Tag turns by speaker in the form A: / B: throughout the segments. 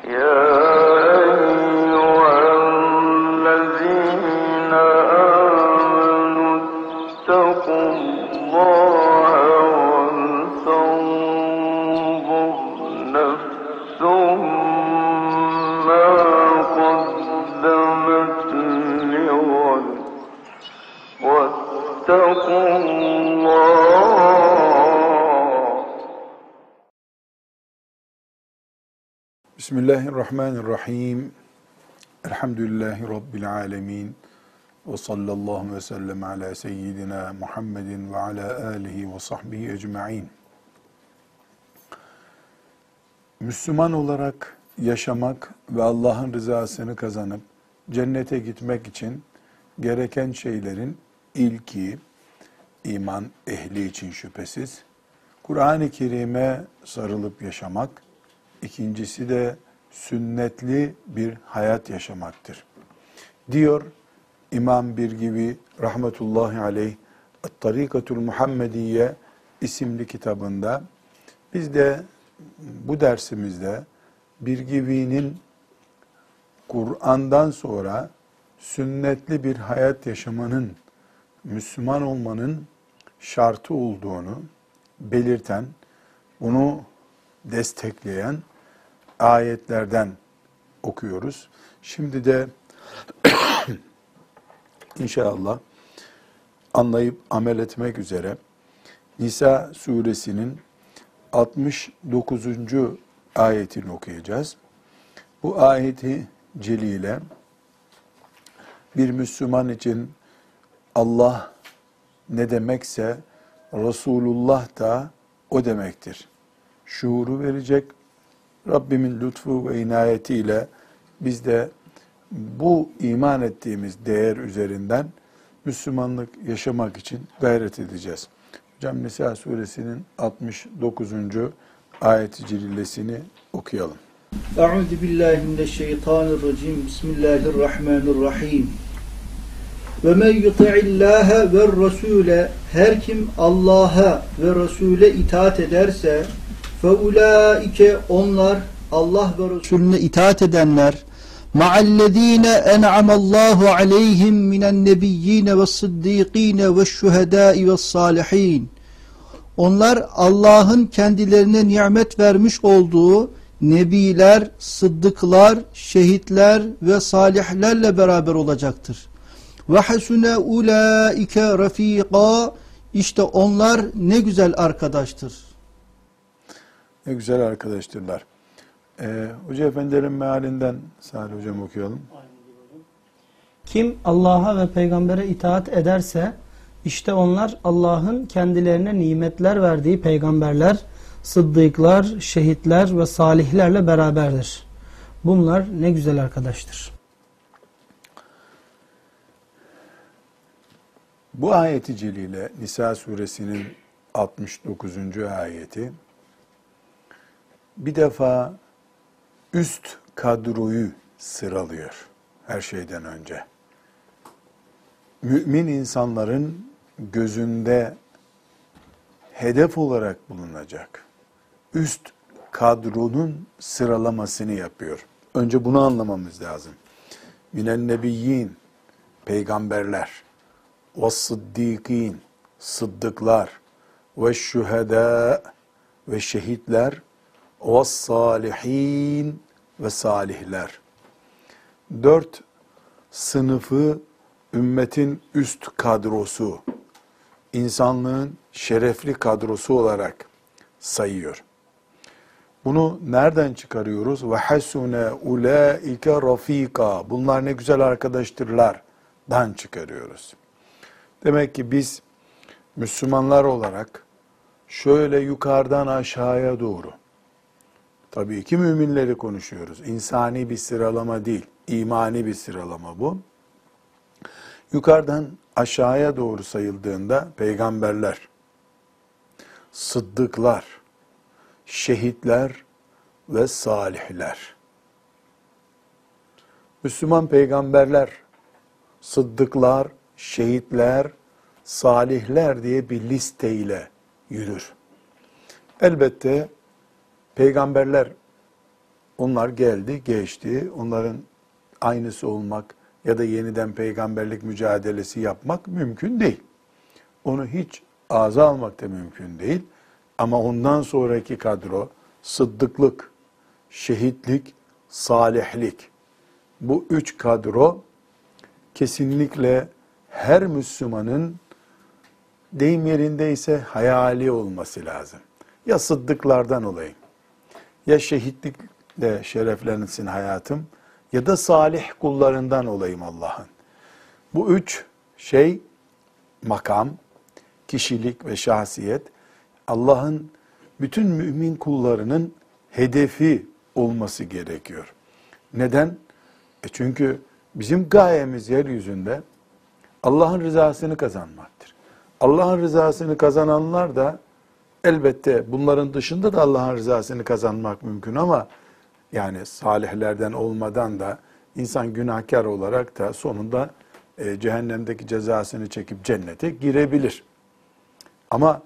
A: Bismillahirrahmanirrahim. Elhamdülillahi Rabbil alemin. Ve sallallahu ve sellem ala seyyidina Muhammedin ve ala alihi ve sahbihi ecma'in. Müslüman olarak yaşamak ve Allah'ın rızasını kazanıp cennete gitmek için gereken şeylerin ilki, iman ehli için şüphesiz, Kur'an-ı Kerim'e sarılıp yaşamak, İkincisi de sünnetli bir hayat yaşamaktır. Diyor İmam Birgivi rahmetullahi aleyh, Tarikatul Muhammediye isimli kitabında. Biz de bu dersimizde Birgivi'nin Kur'an'dan sonra sünnetli bir hayat yaşamanın, Müslüman olmanın şartı olduğunu belirten, bunu destekleyen ayetlerden okuyoruz. Şimdi de inşallah anlayıp amel etmek üzere Nisa suresinin 69. ayetini okuyacağız. Bu ayeti celile bir Müslüman için Allah ne demekse Resulullah da o demektir şuuru verecek. Rabbimin lütfu ve inayetiyle biz de bu iman ettiğimiz değer üzerinden Müslümanlık yaşamak için gayret edeceğiz. Hocam Nisa suresinin 69. ayet-i celilesini okuyalım.
B: Euzubillahimineşşeytanirracim. Bismillahirrahmanirrahim. Ve men yuti'illâhe ve rasûle, her kim Allah'a ve Resul'e itaat ederse, فَاُولَٰئِكَ onlar, Allah ve Resulüne itaat edenler, مَعَ اَنْعَمَ اللّٰهُ عَلَيْهِمْ مِنَ النَّبِيِّينَ وَالصِّدِّيقِينَ وَالشُّهَدَاءِ وَالصَّالِحِينَ. Onlar Allah'ın kendilerine nimet vermiş olduğu nebiler, sıddıklar, şehitler ve salihlerle beraber olacaktır. وَحَسُنَ اُولَٰئِكَ رَف۪يقًا. İşte onlar ne güzel arkadaştır.
A: Ne güzel arkadaştırlar. Hoca Efendilerin mealinden Salih Hocam okuyalım.
C: Kim Allah'a ve peygambere itaat ederse, işte onlar Allah'ın kendilerine nimetler verdiği peygamberler, sıddıklar, şehitler ve salihlerle beraberdir. Bunlar ne güzel arkadaştır.
A: Bu ayeti celile Nisa suresinin 69. ayeti bir defa üst kadroyu sıralıyor her şeyden önce. Mümin insanların gözünde hedef olarak bulunacak üst kadronun sıralamasını yapıyor. Önce bunu anlamamız lazım. Minen nebiyyin, peygamberler, ve sıddikin, sıddıklar, ve şühedâ, ve şehitler, ve salihin, ve salihler. 4 sınıfı ümmetin üst kadrosu, insanlığın şerefli kadrosu olarak sayıyor. Bunu nereden çıkarıyoruz? Ve hasune ulaike rafika. Bunlar ne güzel arkadaştırlardan çıkarıyoruz. Demek ki biz Müslümanlar olarak şöyle yukarıdan aşağıya doğru, tabii ki müminleri konuşuyoruz. İnsani bir sıralama değil, imani bir sıralama bu. Yukarıdan aşağıya doğru sayıldığında peygamberler, sıddıklar, şehitler ve salihler. Müslüman peygamberler, sıddıklar, şehitler, salihler diye bir listeyle yürür. Elbette peygamberler onlar geldi, geçti. Onların aynısı olmak ya da yeniden peygamberlik mücadelesi yapmak mümkün değil. Onu hiç ağza almak da mümkün değil. Ama ondan sonraki kadro, sıddıklık, şehitlik, salihlik. Bu üç kadro kesinlikle her Müslümanın deyim yerindeyse hayali olması lazım. Ya sıddıklardan olayım, ya şehitlikle şereflensin hayatım, ya da salih kullarından olayım Allah'ın. Bu üç şey, makam, kişilik ve şahsiyet, Allah'ın bütün mümin kullarının hedefi olması gerekiyor. Neden? Çünkü bizim gayemiz yeryüzünde Allah'ın rızasını kazanmaktır. Allah'ın rızasını kazananlar da elbette bunların dışında da Allah'ın rızasını kazanmak mümkün ama yani salihlerden olmadan da insan günahkar olarak da sonunda cehennemdeki cezasını çekip cennete girebilir. Ama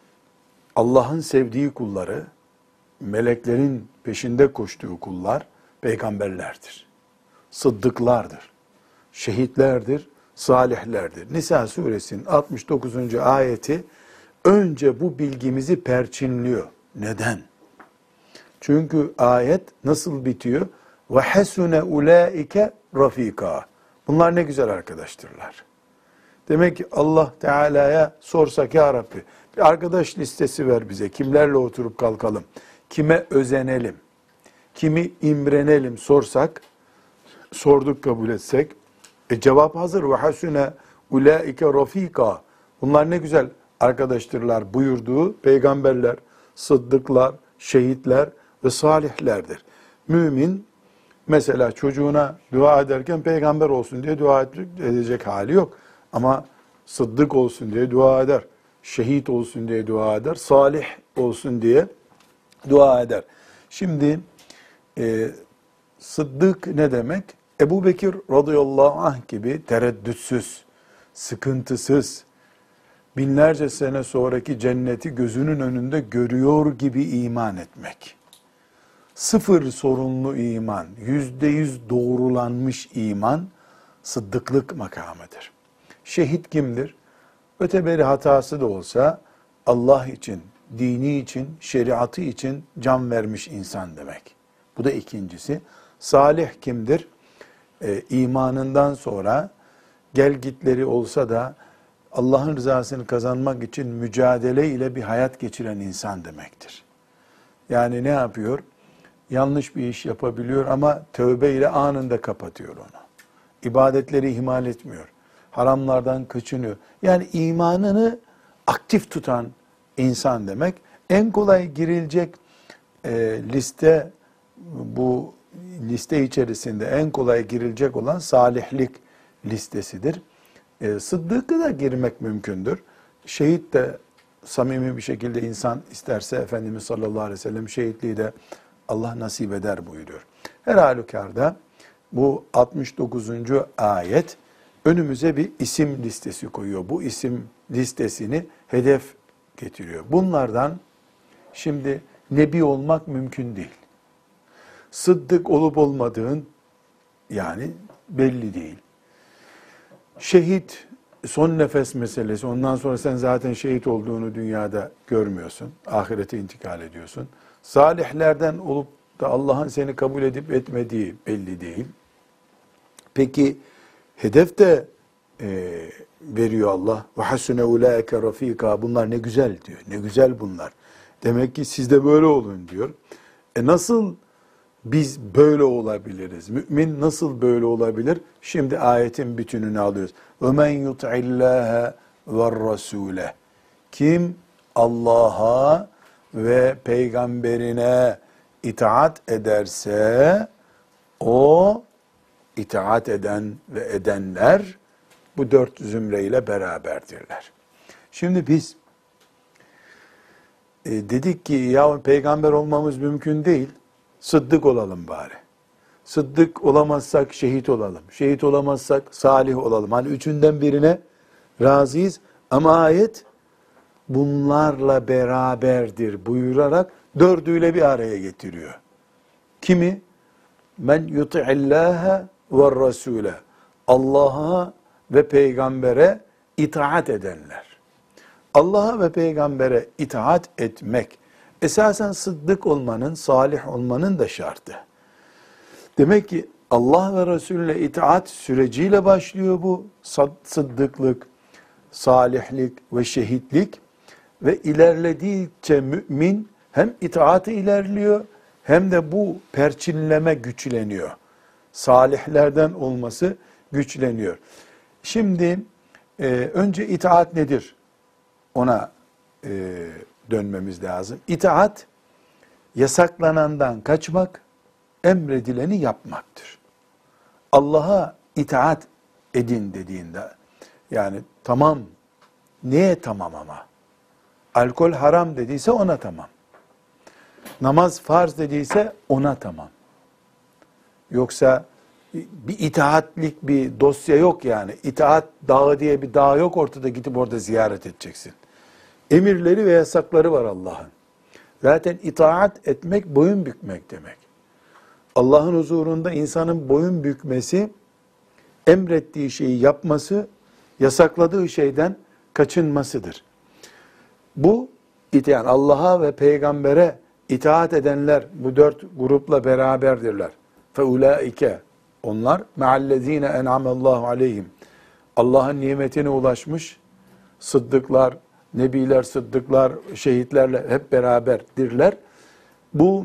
A: Allah'ın sevdiği kulları, meleklerin peşinde koştuğu kullar peygamberlerdir. Sıddıklardır. Şehitlerdir, salihlerdir. Nisa suresinin 69. ayeti önce bu bilgimizi perçinliyor. Neden? Çünkü ayet nasıl bitiyor? Ve hasune ulaike rafika. Bunlar ne güzel arkadaştırlar. Demek ki Allah Teala'ya sorsak ya Rabbi bir arkadaş listesi ver bize. Kimlerle oturup kalkalım? Kime özenelim? Kimi imrenelim sorsak, sorduk kabul etsek, cevap hazır. Ve hasune ulaike rafika. Bunlar ne güzel arkadaştırlar buyurduğu peygamberler, sıddıklar, şehitler ve salihlerdir. Mümin mesela çocuğuna dua ederken peygamber olsun diye dua edecek hali yok. Ama sıddık olsun diye dua eder. Şehit olsun diye dua eder. Salih olsun diye dua eder. Şimdi sıddık ne demek? Ebu Bekir radıyallahu anh gibi tereddütsüz, sıkıntısız, binlerce sene sonraki cenneti gözünün önünde görüyor gibi iman etmek. Sıfır sorunlu iman, %100 doğrulanmış iman, sıddıklık makamıdır. Şehit kimdir? Öteberi hatası da olsa Allah için, dini için, şeriatı için can vermiş insan demek. Bu da ikincisi. Salih kimdir? İmanından sonra gelgitleri olsa da Allah'ın rızasını kazanmak için mücadele ile bir hayat geçiren insan demektir. Yani ne yapıyor? Yanlış bir iş yapabiliyor ama tövbe ile anında kapatıyor onu. İbadetleri ihmal etmiyor. Haramlardan kaçınıyor. Yani imanını aktif tutan insan demek. En kolay girilecek liste, bu liste içerisinde en kolay girilecek olan salihlik listesidir. Sıddık'a da girmek mümkündür. Şehit de samimi bir şekilde insan isterse Efendimiz sallallahu aleyhi ve sellem şehitliği de Allah nasip eder buyuruyor. Her halükarda bu 69. ayet önümüze bir isim listesi koyuyor. Bu isim listesini hedef getiriyor. Bunlardan şimdi nebi olmak mümkün değil. Sıddık olup olmadığın yani belli değil. Şehit son nefes meselesi. Ondan sonra sen zaten şehit olduğunu dünyada görmüyorsun. Ahirete intikal ediyorsun. Salihlerden olup da Allah'ın seni kabul edip etmediği belli değil. Peki hedef de veriyor Allah. Ve hasune ulaike rafika. Bunlar ne güzel diyor. Ne güzel bunlar. Demek ki siz de böyle olun diyor. Nasıl biz böyle olabiliriz? Mümin nasıl böyle olabilir? Şimdi ayetin bütününü alıyoruz. وَمَنْ يُطْعِ اللّٰهَ وَالرَّسُولَ. Kim Allah'a ve peygamberine itaat ederse o itaat eden ve edenler bu dört zümreyle beraberdirler. Şimdi biz dedik ki ya peygamber olmamız mümkün değil. Sıddık olalım bari. Sıddık olamazsak şehit olalım. Şehit olamazsak salih olalım. Hani üçünden birine razıyız. Ama ayet bunlarla beraberdir buyurarak dördüyle bir araya getiriyor. Kimi? Men yuti'illâhe ve rasûle. Allah'a ve peygambere itaat edenler. Allah'a ve peygambere itaat etmek, esasen sıddık olmanın, salih olmanın da şartı. Demek ki Allah ve Resulüne itaat süreciyle başlıyor bu sıddıklık, salihlik ve şehitlik ve ilerledikçe mümin hem itaatı ilerliyor hem de bu perçinleme güçleniyor. Salihlerden olması güçleniyor. Şimdi önce itaat nedir? Ona dönmemiz lazım. İtaat, yasaklanandan kaçmak, emredileni yapmaktır. Allah'a itaat edin dediğinde, yani tamam, neye tamam ama? Alkol haram dediyse ona tamam. Namaz farz dediyse ona tamam. Yoksa bir itaatlik bir dosya yok yani. İtaat dağı diye bir dağ yok ortada, gidip orada ziyaret edeceksin. Emirleri ve yasakları var Allah'ın. Zaten itaat etmek boyun bükmek demek. Allah'ın huzurunda insanın boyun bükmesi, emrettiği şeyi yapması, yasakladığı şeyden kaçınmasıdır. Bu yani Allah'a ve peygambere itaat edenler bu dört grupla beraberdirler. فَاُولَٰئِكَ Onlar مَعَلَّذ۪ينَ اَنْعَمَ اللّٰهُ عَلَيْهِمْ Allah'ın nimetine ulaşmış sıddıklar, nebiler, sıddıklar, şehitlerle hep beraberdirler. Bu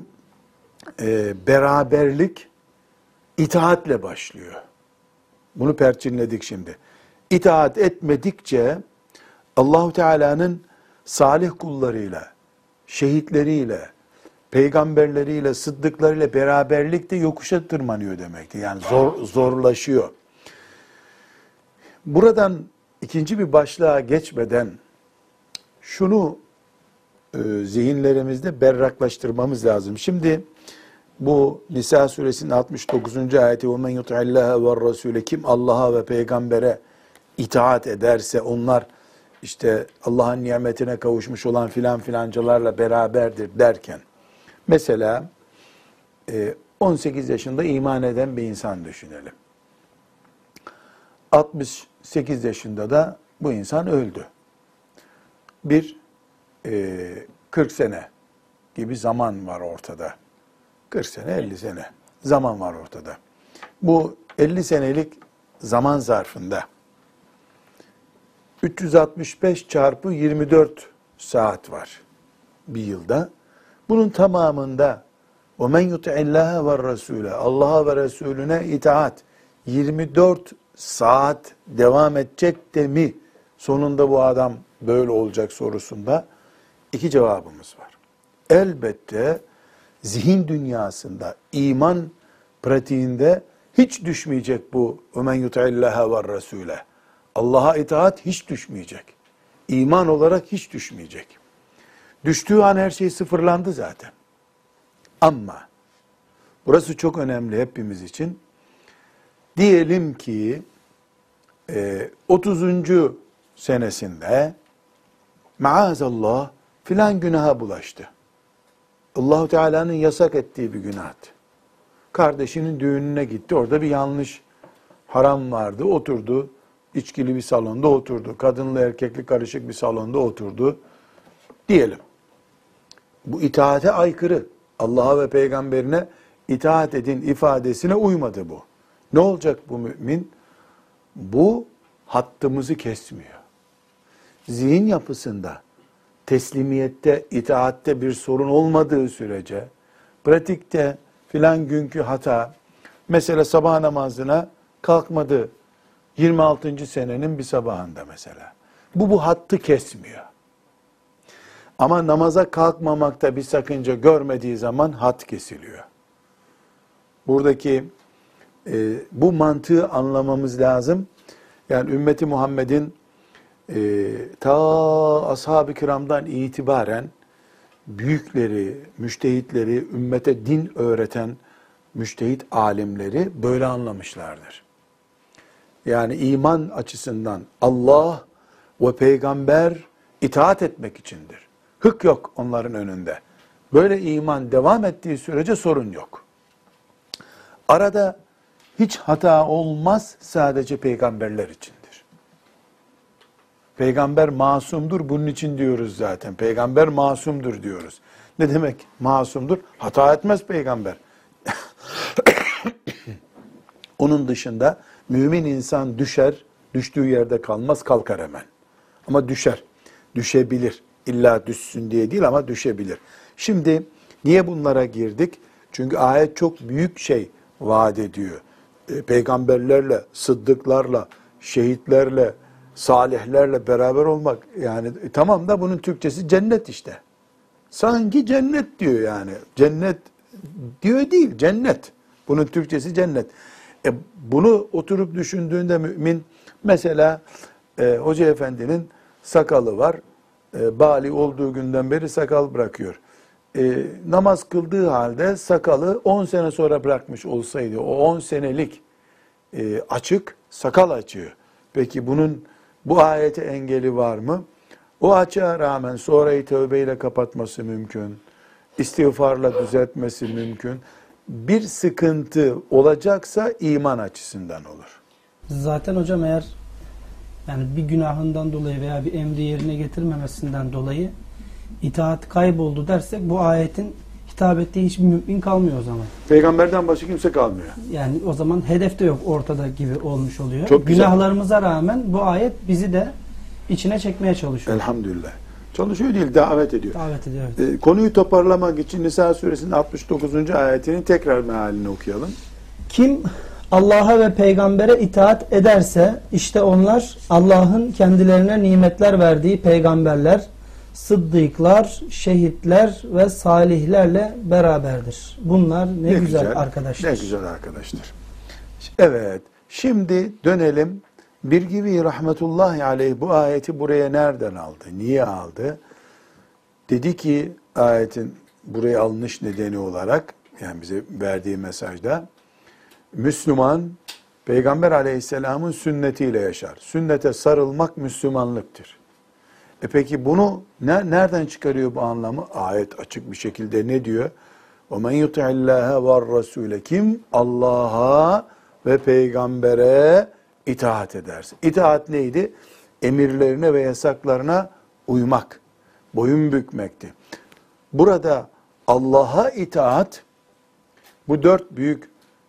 A: beraberlik itaatle başlıyor. Bunu perçinledik şimdi. İtaat etmedikçe Allahu Teala'nın salih kullarıyla, şehitleriyle, peygamberleriyle, sıddıklarıyla beraberlik de yokuşa tırmanıyor demektir. Yani zorlaşıyor. Buradan ikinci bir başlığa geçmeden şunu zihinlerimizde berraklaştırmamız lazım. Şimdi bu Nisa suresinin 69. ayeti وَمَنْ يُطْعِ اللّٰهَ وَالرَّسُولَ Kim Allah'a ve peygambere itaat ederse onlar işte Allah'ın nimetine kavuşmuş olan filan filancalarla beraberdir derken, mesela 18 yaşında iman eden bir insan düşünelim. 68 yaşında da bu insan öldü. 40 sene gibi zaman var ortada. 40 sene, 50 sene zaman var ortada. Bu 50 senelik zaman zarfında 365 çarpı 24 saat var bir yılda. Bunun tamamında وَمَنْ يُطِعِ اللّٰهَ وَالرَّسُولَ Allah'a ve Resulüne itaat 24 saat devam edecek de mi? Sonunda bu adam böyle olacak sorusunda iki cevabımız var. Elbette zihin dünyasında, iman pratiğinde hiç düşmeyecek bu وَمَنْ يُطِعِ اللّٰهَ وَالرَّسُولَ Allah'a itaat hiç düşmeyecek. İman olarak hiç düşmeyecek. Düştüğü an her şey sıfırlandı zaten. Ama burası çok önemli hepimiz için. Diyelim ki 30. senesinde maazallah filan günaha bulaştı. Allahu Teala'nın yasak ettiği bir günahtı. Kardeşinin düğününe gitti. Orada bir yanlış haram vardı. Oturdu. İçkili bir salonda oturdu. Kadınlı erkekli karışık bir salonda oturdu. Diyelim. Bu itaate aykırı. Allah'a ve peygamberine itaat edin ifadesine uymadı bu. Ne olacak bu mümin? Bu hattımızı kesmiyor. Zihin yapısında, teslimiyette, itaatte bir sorun olmadığı sürece, pratikte filan günkü hata, mesela sabah namazına kalkmadı, 26. senenin bir sabahında mesela. Bu hattı kesmiyor. Ama namaza kalkmamakta bir sakınca görmediği zaman hat kesiliyor. Buradaki bu mantığı anlamamız lazım. Yani ümmeti Muhammed'in ta ashab-ı kiramdan itibaren büyükleri, müştehitleri, ümmete din öğreten müştehit alimleri böyle anlamışlardır. Yani iman açısından Allah ve peygamber itaat etmek içindir. Hık yok onların önünde. Böyle iman devam ettiği sürece sorun yok. Arada hiç hata olmaz, sadece peygamberler içindir. Peygamber masumdur, bunun için diyoruz zaten. Peygamber masumdur diyoruz. Ne demek masumdur? Hata etmez peygamber. Onun dışında mümin insan düşer, düştüğü yerde kalmaz, kalkar hemen. Ama düşer, düşebilir. İlla düşsün diye değil ama düşebilir. Şimdi niye bunlara girdik? Çünkü ayet çok büyük şey vaat ediyor. Peygamberlerle, sıddıklarla, şehitlerle, salihlerle beraber olmak. Yani tamam da bunun Türkçesi cennet işte. Sanki cennet diyor yani. Cennet diyor değil, cennet. Bunun Türkçesi cennet. Bunu oturup düşündüğünde mümin, mesela Hoca Efendi'nin sakalı var. Bali olduğu günden beri sakal bırakıyor. Namaz kıldığı halde sakalı 10 sene sonra bırakmış olsaydı, o 10 senelik açık, sakal açıyor. Peki bu ayete engeli var mı? O açığa rağmen sonrayı tövbeyle kapatması mümkün. İstiğfarla düzeltmesi mümkün. Bir sıkıntı olacaksa iman açısından olur.
C: Zaten hocam eğer yani bir günahından dolayı veya bir emri yerine getirmemesinden dolayı itaat kayboldu dersek bu ayetin hitap ettiği hiçbir mümin kalmıyor o zaman.
A: Peygamberden başka kimse kalmıyor.
C: Yani o zaman hedef de yok ortada gibi olmuş oluyor.
A: Çok güzel.
C: Günahlarımıza rağmen bu ayet bizi de içine çekmeye çalışıyor.
A: Elhamdülillah. Çalışıyor değil, davet ediyor.
C: Davet ediyor. Evet.
A: Konuyu toparlamak için Nisa suresinin 69. ayetinin tekrar mealini okuyalım.
C: Kim Allah'a ve peygambere itaat ederse işte onlar Allah'ın kendilerine nimetler verdiği peygamberler, sıddıklar, şehitler ve salihlerle beraberdir. Bunlar ne güzel arkadaşlar.
A: Ne güzel arkadaşlar. Evet. Şimdi dönelim. Birgivi rahmetullahi aleyh bu ayeti buraya nereden aldı? Niye aldı? Dedi ki ayetin buraya alınış nedeni olarak, yani bize verdiği mesajda, Müslüman Peygamber aleyhisselamın sünnetiyle yaşar. Sünnete sarılmak Müslümanlıktır. Peki bunu nereden çıkarıyor bu anlamı? Ayet açık bir şekilde ne diyor? وَمَنْ يُطِعِ اللّٰهَ وَالرَّسُولَ Kim Allah'a ve peygambere itaat ederse. İtaat neydi? Emirlerine ve yasaklarına uymak, boyun bükmekti. Burada Allah'a itaat, bu dört büyük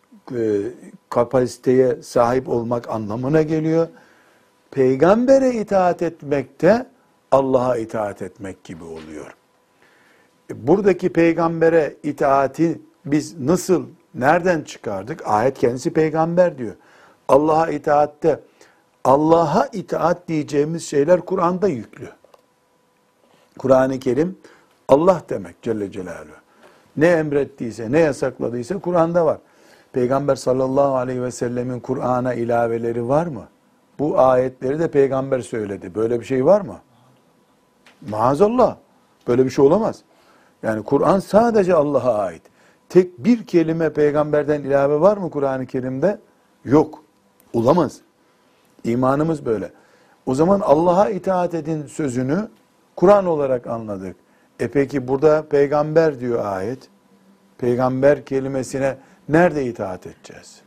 A: kapasiteye sahip olmak anlamına geliyor. Peygambere itaat etmek de Allah'a itaat etmek gibi oluyor. Buradaki peygambere itaati biz nereden çıkardık? Ayet kendisi peygamber diyor. Allah'a itaatte, Allah'a itaat diyeceğimiz şeyler Kur'an'da yüklü. Kur'an-ı Kerim Allah demek Celle Celaluhu. Ne emrettiyse, ne yasakladıysa Kur'an'da var. Peygamber sallallahu aleyhi ve sellemin Kur'an'a ilaveleri var mı? Bu ayetleri de peygamber söyledi. Böyle bir şey var mı? Maazallah. Böyle bir şey olamaz. Yani Kur'an sadece Allah'a ait. Tek bir kelime peygamberden ilave var mı Kur'an-ı Kerim'de? Yok. Olamaz. İmanımız böyle. O zaman Allah'a itaat edin sözünü Kur'an olarak anladık. Peki burada peygamber diyor ayet. Peygamber kelimesine nerede itaat edeceğiz?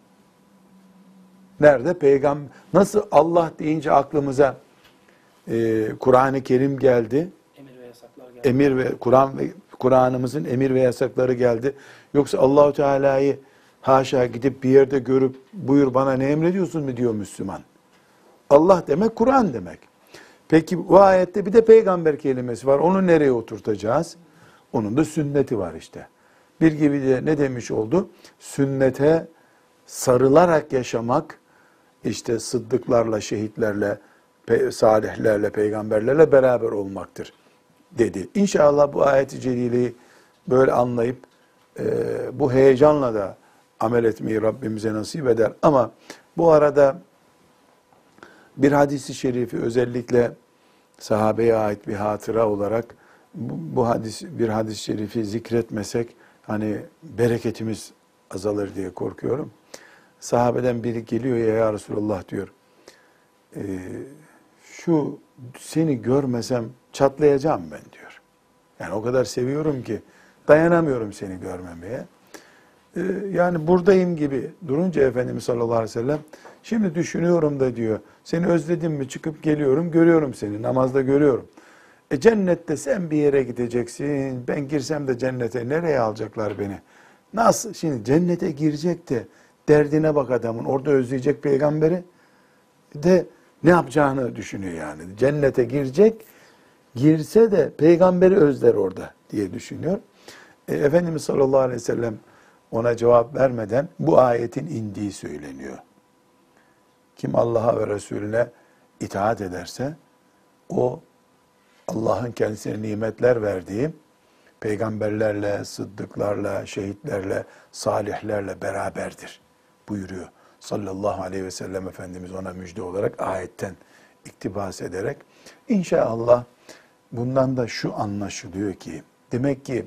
A: Nerede? Nasıl Allah deyince aklımıza Kur'an-ı Kerim geldi?
C: Emir ve yasaklar geldi.
A: Kur'an'ımızın emir ve yasakları geldi. Yoksa Allahu Teala'yı haşa gidip bir yerde görüp buyur bana ne emrediyorsun mu diyor Müslüman. Allah demek Kur'an demek. Peki bu ayette bir de peygamber kelimesi var. Onu nereye oturtacağız? Onun da sünneti var işte. Bir gibi de ne demiş oldu? Sünnete sarılarak yaşamak işte sıddıklarla, şehitlerle, salihlerle, peygamberlerle beraber olmaktır dedi. İnşallah bu ayet-i celileyi böyle anlayıp bu heyecanla da amel etmeyi Rabbimize nasip eder. Ama bu arada bir hadisi şerifi özellikle sahabeye ait bir hatıra olarak bir hadis-i şerifi zikretmesek hani bereketimiz azalır diye korkuyorum. Sahabeden biri geliyor ya Resulallah diyor. Şu seni görmesem çatlayacağım ben diyor. Yani o kadar seviyorum ki dayanamıyorum seni görmemeye. Yani buradayım gibi durunca Efendimiz sallallahu aleyhi ve sellem, şimdi düşünüyorum da diyor, seni özledim mi çıkıp geliyorum, görüyorum seni, namazda görüyorum. Cennette sen bir yere gideceksin, ben girsem de cennete nereye alacaklar beni? Nasıl? Şimdi cennete girecek de derdine bak adamın, orada özleyecek peygamberi de ne yapacağını düşünüyor yani. Cennete girecek, girse de peygamberi özler orada diye düşünüyor. Efendimiz sallallahu aleyhi ve sellem ona cevap vermeden bu ayetin indiği söyleniyor. Kim Allah'a ve Resulüne itaat ederse o Allah'ın kendisine nimetler verdiği peygamberlerle, sıddıklarla, şehitlerle, salihlerle beraberdir buyuruyor. Sallallahu aleyhi ve sellem Efendimiz ona müjde olarak ayetten iktibas ederek. İnşallah bundan da şu anlaşılıyor ki, demek ki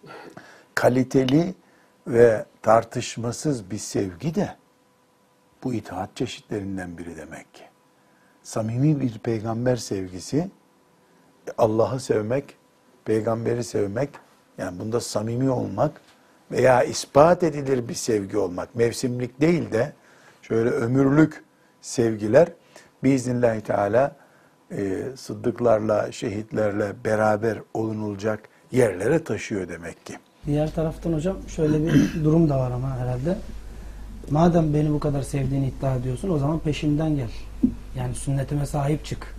A: kaliteli ve tartışmasız bir sevgi de bu itaat çeşitlerinden biri demek ki. Samimi bir peygamber sevgisi, Allah'ı sevmek, peygamberi sevmek, yani bunda samimi olmak veya ispat edilir bir sevgi olmak, mevsimlik değil de şöyle ömürlük sevgiler biiznillahü teala sıddıklarla, şehitlerle beraber olunulacak yerlere taşıyor demek ki.
C: Diğer taraftan hocam şöyle bir durum da var ama herhalde. Madem beni bu kadar sevdiğini iddia ediyorsun, o zaman peşimden gel. Yani sünnetime sahip çık.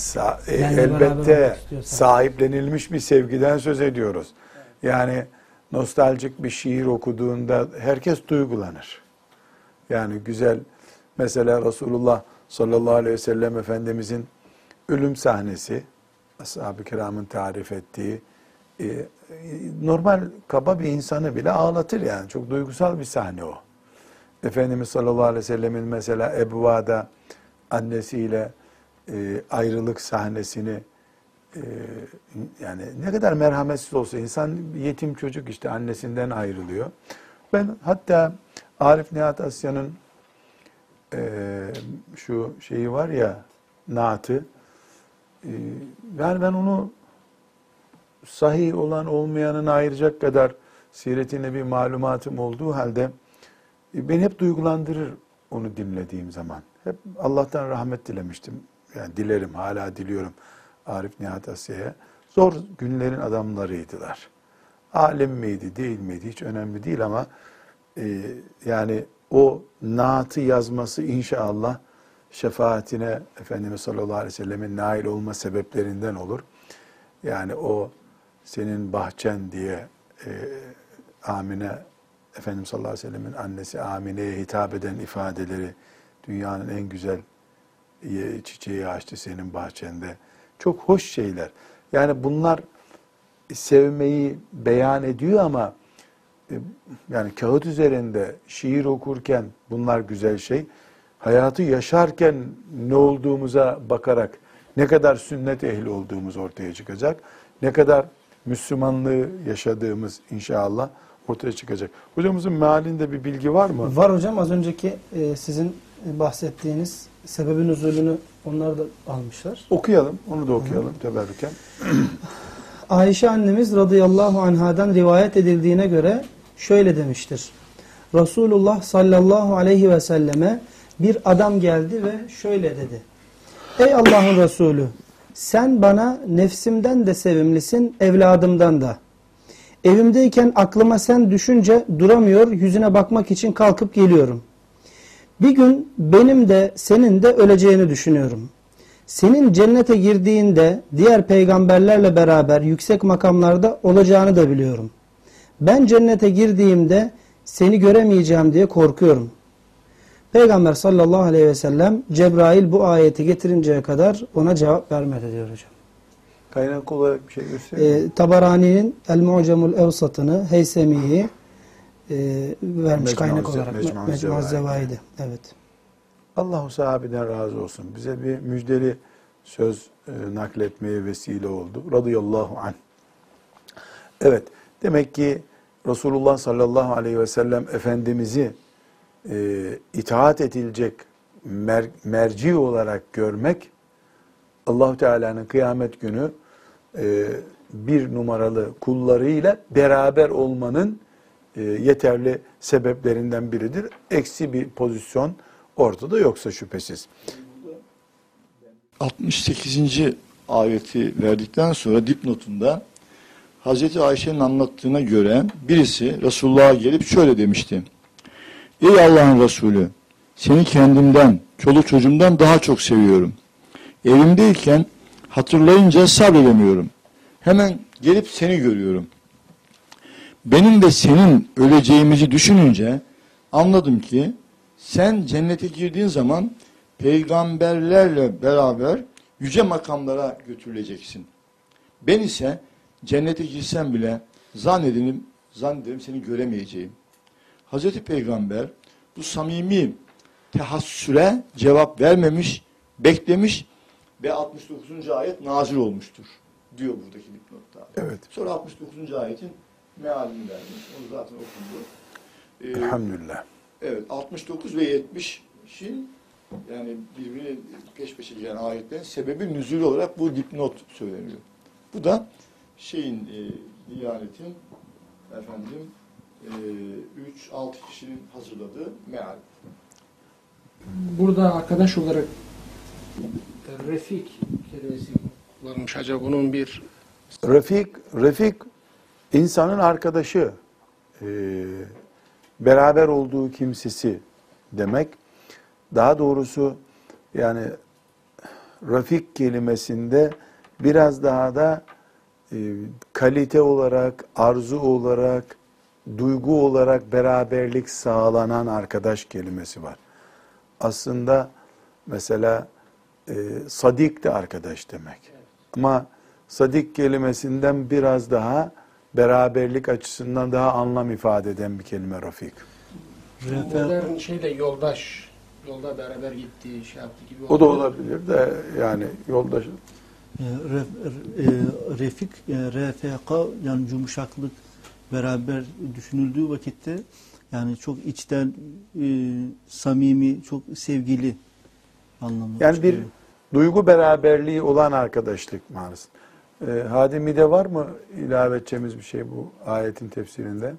A: Elbette sahiplenilmiş bir sevgiden söz ediyoruz. Yani nostaljik bir şiir okuduğunda herkes duygulanır. Yani güzel, mesela Resulullah sallallahu aleyhi ve sellem Efendimizin ölüm sahnesi, ashab-ı kiramın tarif ettiği, normal kaba bir insanı bile ağlatır yani. Çok duygusal bir sahne o. Efendimiz sallallahu aleyhi ve sellemin mesela Ebva'da annesiyle ayrılık sahnesini, yani ne kadar merhametsiz olsa insan, yetim çocuk işte annesinden ayrılıyor. Ben hatta Arif Nihat Asya'nın şu şeyi var ya, naatı, yani ben onu sahih olan olmayanını ayıracak kadar siretine bir malumatım olduğu halde beni hep duygulandırır onu dinlediğim zaman. Hep Allah'tan rahmet dilemiştim. Yani dilerim, hala diliyorum Arif Nihat Asya'ya. Zor günlerin adamlarıydılar. Alim miydi, değil miydi hiç önemli değil ama yani o naatı yazması inşallah şefaatine Efendimiz sallallahu aleyhi ve sellemin nail olma sebeplerinden olur. Yani o senin bahçen diye Amine, Efendimiz sallallahu aleyhi ve sellemin annesi Amine'ye hitap eden ifadeleri, dünyanın en güzel çiçeği açtı senin bahçende. Çok hoş şeyler. Yani bunlar sevmeyi beyan ediyor ama yani kağıt üzerinde şiir okurken bunlar güzel şey. Hayatı yaşarken ne olduğumuza bakarak ne kadar sünnet ehli olduğumuz ortaya çıkacak. Ne kadar Müslümanlığı yaşadığımız inşallah ortaya çıkacak. Hocamızın mealinde bir bilgi var mı?
C: Var hocam. Az önceki sizin bahsettiğiniz sebebin nüzulünü onlar da almışlar.
A: Okuyalım. Onu da okuyalım teberrüken.
C: Ayşe annemiz radıyallahu anhadan rivayet edildiğine göre şöyle demiştir. Resulullah sallallahu aleyhi ve selleme bir adam geldi ve şöyle dedi. Ey Allah'ın Resulü, sen bana nefsimden de sevimlisin, evladımdan da. Evimdeyken aklıma sen düşünce duramıyor, yüzüne bakmak için kalkıp geliyorum. Bir gün benim de senin de öleceğini düşünüyorum. Senin cennete girdiğinde diğer peygamberlerle beraber yüksek makamlarda olacağını da biliyorum. Ben cennete girdiğimde seni göremeyeceğim diye korkuyorum. Peygamber sallallahu aleyhi ve sellem Cebrail bu ayeti getirinceye kadar ona cevap vermedi diyor hocam.
A: Kaynak olarak bir şey gösteriyor.
C: Tabarani'nin El-Mu'cemul Evsat'ını, Heysemi'yi vermiş kaynak olarak. Mecmuaz Zevaidi. Evet.
A: Allah-u sahabeden razı olsun. Bize bir müjdeli söz nakletmeye vesile oldu. Radıyallahu anh. Evet. Demek ki Resulullah sallallahu aleyhi ve sellem Efendimiz'i itaat edilecek merci olarak görmek, Allah-u Teala'nın kıyamet günü bir numaralı kullarıyla beraber olmanın yeterli sebeplerinden biridir. Eksi bir pozisyon ortada yoksa şüphesiz.
D: 68. ayeti verdikten sonra dipnotunda Hazreti Ayşe'nin anlattığına göre birisi Resulullah'a gelip şöyle demişti. Ey Allah'ın Resulü, seni kendimden, çoluk çocuğumdan daha çok seviyorum. Evimdeyken hatırlayınca sabredemiyorum. Hemen gelip seni görüyorum. Benim de senin öleceğimizi düşününce anladım ki sen cennete girdiğin zaman peygamberlerle beraber yüce makamlara götürüleceksin. Ben ise cennete girsem bile zannederim seni göremeyeceğim. Hazreti Peygamber bu samimi tehassüre cevap vermemiş, beklemiş ve 69. ayet nazil olmuştur diyor buradaki dipnotta.
A: Evet.
D: Sonra 69. ayetin mealini vermiş. Onu zaten okundu.
A: Elhamdülillah.
D: Evet, 69 ve 70'in yani birbirini peş peşe gelen ayetlerin sebebi nüzul olarak bu dipnot söyleniyor. Bu da Diyanet'in 3-6 kişinin hazırladığı meal.
E: Burada arkadaş olarak refik kelimesi kullanmış. Acaba bunun bir
A: Refik insanın arkadaşı, beraber olduğu kimsesi demek. Daha doğrusu yani Refik kelimesinde biraz daha da kalite olarak, arzu olarak, duygu olarak beraberlik sağlanan arkadaş kelimesi var. Aslında mesela sadik de arkadaş demek. Ama sadik kelimesinden biraz daha beraberlik açısından daha anlam ifade eden bir kelime Refik.
E: modern şeyle yoldaş, yolda beraber gittiği, şey yaptığı gibi.
A: O da olabilir de yani yoldaş.
F: Refik, RFK yani yumuşaklık beraber düşünüldüğü vakitte yani çok içten, samimi, çok sevgili anlamı.
A: Yani bir duygu beraberliği olan arkadaşlık manası. Hadimi'de var mı ilave edeceğimiz bir şey bu ayetin tefsirinde?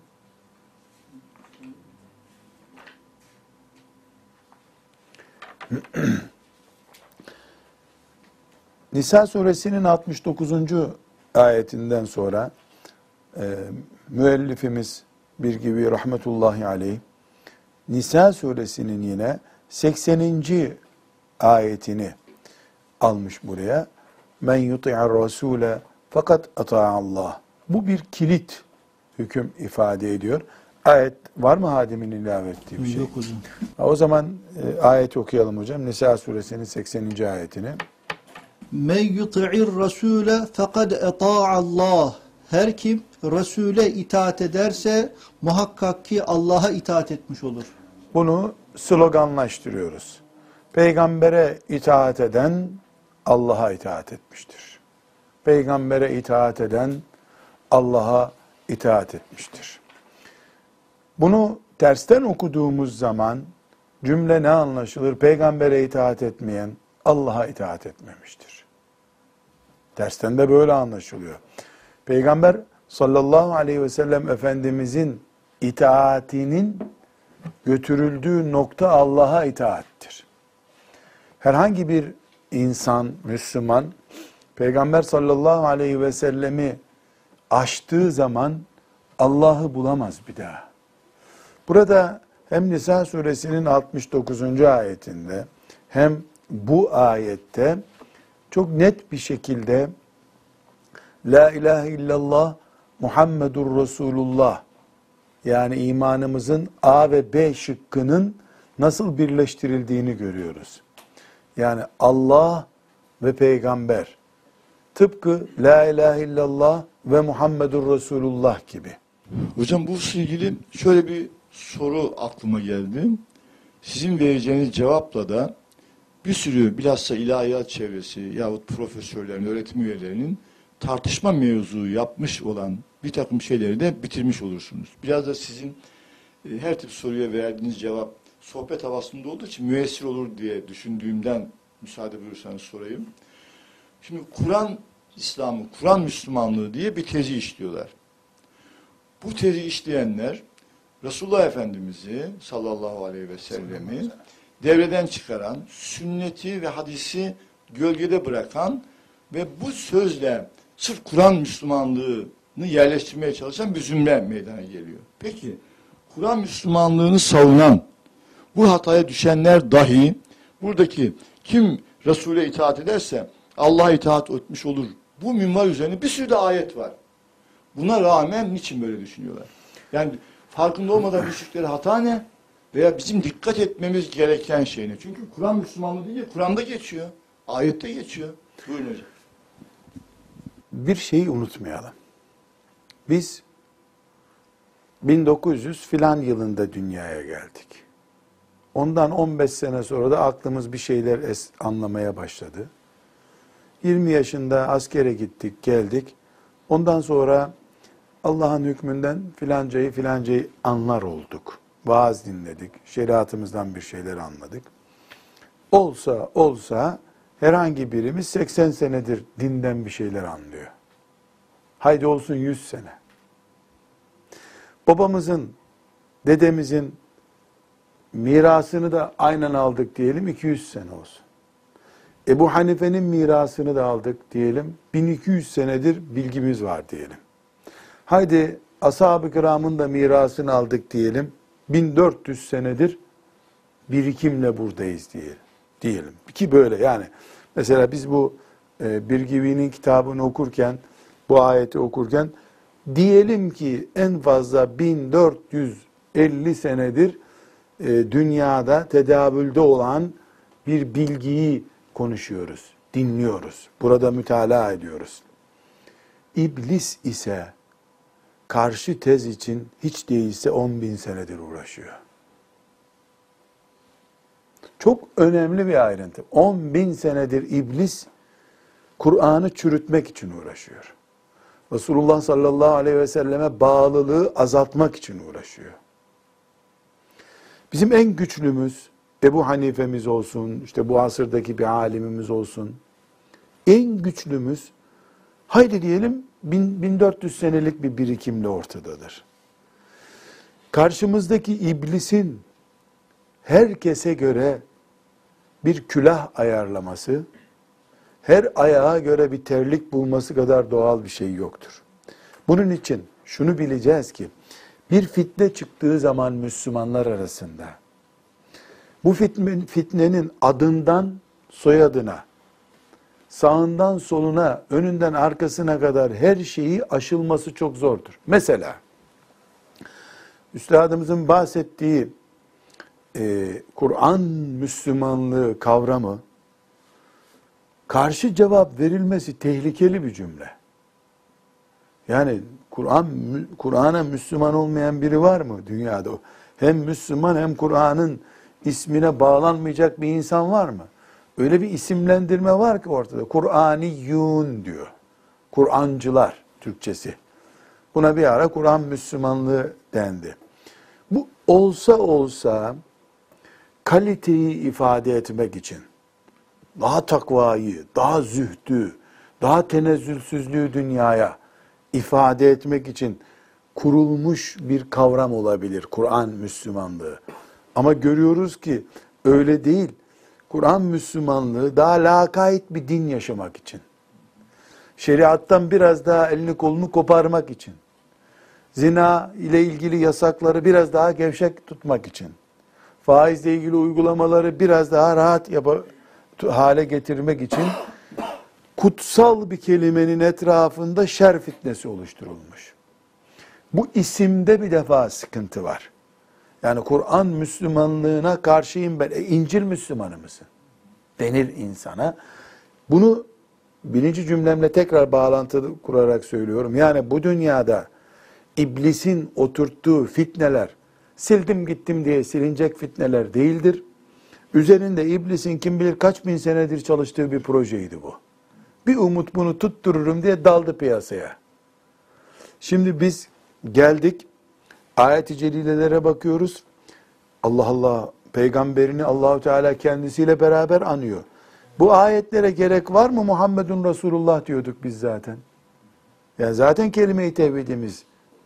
A: Nisa suresinin 69. ayetinden sonra müellifimiz bir gibi rahmetullahi aleyh Nisa suresinin yine 80. ayetini almış buraya. Men yuti'ar rasule fakat ata'allah. Bu bir kilit hüküm ifade ediyor. Ayet var mı Hadim'in ilave ettiği bir şey?
F: Yok hocam.
A: O zaman ayeti okuyalım hocam. Nisa suresinin 80. ayetini.
B: Men yuti'ir rasule fekad eta'allah. Her kim Resul'e itaat ederse muhakkak ki Allah'a itaat etmiş olur.
A: Bunu sloganlaştırıyoruz. Peygambere itaat eden Allah'a itaat etmiştir. Peygambere itaat eden Allah'a itaat etmiştir. Bunu tersten okuduğumuz zaman cümle ne anlaşılır? Peygambere itaat etmeyen Allah'a itaat etmemiştir. Tersten de böyle anlaşılıyor. Peygamber sallallahu aleyhi ve sellem Efendimizin itaatinin götürüldüğü nokta Allah'a itaattir. Herhangi bir insan, Müslüman, Peygamber sallallahu aleyhi ve sellemi aştığı zaman Allah'ı bulamaz bir daha. Burada hem Nisa suresinin 69. ayetinde hem bu ayette çok net bir şekilde La ilahe illallah Muhammedur Resulullah yani imanımızın A ve B şıkkının nasıl birleştirildiğini görüyoruz. Yani Allah ve Peygamber tıpkı La ilahe illallah ve Muhammedur Resulullah gibi.
D: Hocam bu ilgili şöyle bir soru aklıma geldi. Sizin vereceğiniz cevapla da bir sürü bilhassa ilahiyat çevresi yahut profesörlerin, öğretim üyelerinin tartışma mevzu yapmış olan bir takım şeyleri de bitirmiş olursunuz. Biraz da sizin her tip soruya verdiğiniz cevap sohbet havasında olduğu için müessir olur diye düşündüğümden müsaade buyursanız sorayım. Şimdi Kur'an İslamı, Kur'an Müslümanlığı diye bir tezi işliyorlar. Bu tezi işleyenler Resulullah Efendimiz'i sallallahu aleyhi ve sellemi devreden çıkaran, sünneti ve hadisi gölgede bırakan ve bu sözle sırf Kur'an Müslümanlığını yerleştirmeye çalışan bir zümre meydana geliyor. Peki, Kur'an Müslümanlığını savunan, bu hataya düşenler dahi, buradaki kim Resul'e itaat ederse Allah'a itaat etmiş olur. Bu minval üzerine bir sürü de ayet var. Buna rağmen niçin böyle düşünüyorlar? Yani farkında olmadan düştükleri hata ne? Veya bizim dikkat etmemiz gereken şey ne? Çünkü Kur'an Müslümanlığı değil, Kur'an'da geçiyor. Ayette geçiyor. Buyurun hocam.
A: Bir şeyi unutmayalım. Biz 1900 filan yılında dünyaya geldik. Ondan 15 sene sonra da aklımız bir şeyler anlamaya başladı. 20 yaşında askere gittik, geldik. Ondan sonra Allah'ın hükmünden filancayı anlar olduk. Vaaz dinledik, şeriatımızdan bir şeyler anladık. Olsa herhangi birimiz 80 senedir dinden bir şeyler anlıyor. Haydi olsun 100 sene. Babamızın, dedemizin mirasını da aynen aldık diyelim 200 sene olsun. Ebu Hanife'nin mirasını da aldık diyelim 1200 senedir bilgimiz var diyelim. Haydi ashab-ı kiramın da mirasını aldık diyelim 1400 senedir birikimle buradayız diyelim. Ki böyle yani mesela biz bu Birgivi'nin kitabını okurken, bu ayeti okurken diyelim ki en fazla 1450 senedir dünyada tedavülde olan bir bilgiyi konuşuyoruz, dinliyoruz. Burada mütalaa ediyoruz. İblis ise karşı tez için hiç değilse 10.000 senedir uğraşıyor. Çok önemli bir ayrıntı. 10.000 senedir iblis Kur'an'ı çürütmek için uğraşıyor. Resulullah sallallahu aleyhi ve selleme bağlılığı azaltmak için uğraşıyor. Bizim en güçlümüz Ebu Hanife'miz olsun, işte bu asırdaki bir alimimiz olsun. En güçlümüz haydi diyelim 1400 senelik bir birikimle ortadadır. Karşımızdaki iblisin herkese göre bir külah ayarlaması, her ayağa göre bir terlik bulması kadar doğal bir şey yoktur. Bunun için şunu bileceğiz ki, bir fitne çıktığı zaman Müslümanlar arasında, bu fitnenin adından soyadına, sağından soluna, önünden arkasına kadar her şeyi aşılması çok zordur. Mesela, üstadımızın bahsettiği Kur'an Müslümanlığı kavramı, karşı cevap tehlikeli bir cümle. Yani Kur'an'a Müslüman olmayan biri var mı dünyada? Hem Müslüman hem Kur'an'ın ismine bağlanmayacak bir insan var mı? Öyle bir isimlendirme var ki ortada. Kur'aniyun diyor. Kur'ancılar Türkçesi. Buna bir ara Kur'an Müslümanlığı dendi. Bu olsa kaliteyi ifade etmek için, daha takvayı, daha zühdü, daha tenezzülsüzlüğü dünyaya ifade etmek için kurulmuş bir kavram olabilir Kur'an Müslümanlığı. Ama görüyoruz ki öyle değil. Kur'an Müslümanlığı daha lakayt bir din yaşamak için. Şeriattan biraz daha elini kolunu koparmak için. Zina ile ilgili yasakları biraz daha gevşek tutmak için. Faizle ilgili uygulamaları biraz daha rahat hale getirmek için kutsal bir kelimenin etrafında şer fitnesi oluşturulmuş. Bu isimde bir defa sıkıntı var. Yani Kur'an Müslümanlığına karşıyım ben. İncil Müslümanı mısın? Denir insana. Bunu birinci cümlemle tekrar bağlantılı kurarak söylüyorum. Yani bu dünyada iblisin oturttuğu fitneler, sildim gittim diye silinecek fitneler değildir. Üzerinde iblisin kim bilir kaç bin senedir çalıştığı bir projeydi bu. Bir umut bunu tuttururum diye daldı piyasaya. Şimdi biz geldik, ayet-i celilelere bakıyoruz. Allah Allah, peygamberini Allahu Teala kendisiyle beraber anıyor. Bu ayetlere gerek var mı? Muhammedun Resulullah diyorduk biz zaten. Yani zaten kelime-i tevhidimiz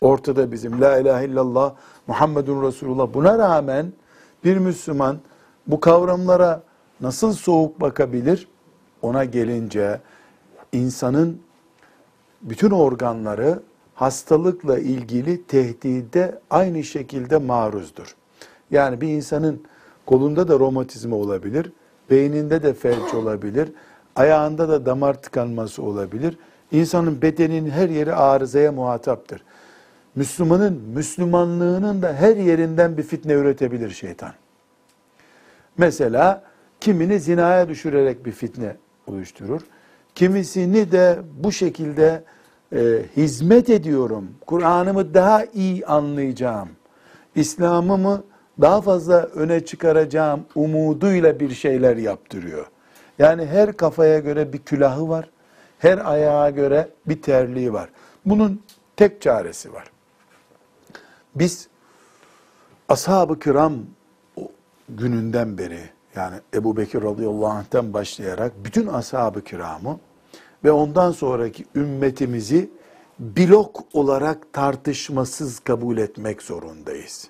A: Ortada bizim la ilahe illallah Muhammedun Resulullah. Buna rağmen bir Müslüman bu kavramlara nasıl soğuk bakabilir? Ona gelince insanın bütün organları hastalıkla ilgili tehdide aynı şekilde maruzdur. Yani bir insanın kolunda da romatizma olabilir, beyninde de felç olabilir, ayağında da damar tıkanması olabilir. İnsanın bedeninin her yeri arızaya muhataptır. Müslümanın Müslümanlığının da her yerinden bir fitne üretebilir şeytan. Mesela kimini zinaya düşürerek bir fitne oluşturur. Kimisini de bu şekilde hizmet ediyorum, Kur'an'ımı daha iyi anlayacağım, İslam'ımı daha fazla öne çıkaracağım umuduyla bir şeyler yaptırıyor. Yani her kafaya göre bir külahı var, her ayağa göre bir terliği var. Bunun tek çaresi var. Biz ashab-ı kiram gününden beri, yani Ebu Bekir radıyallahu anh'ten başlayarak bütün ashab-ı kiramı ve ondan sonraki ümmetimizi blok olarak tartışmasız kabul etmek zorundayız.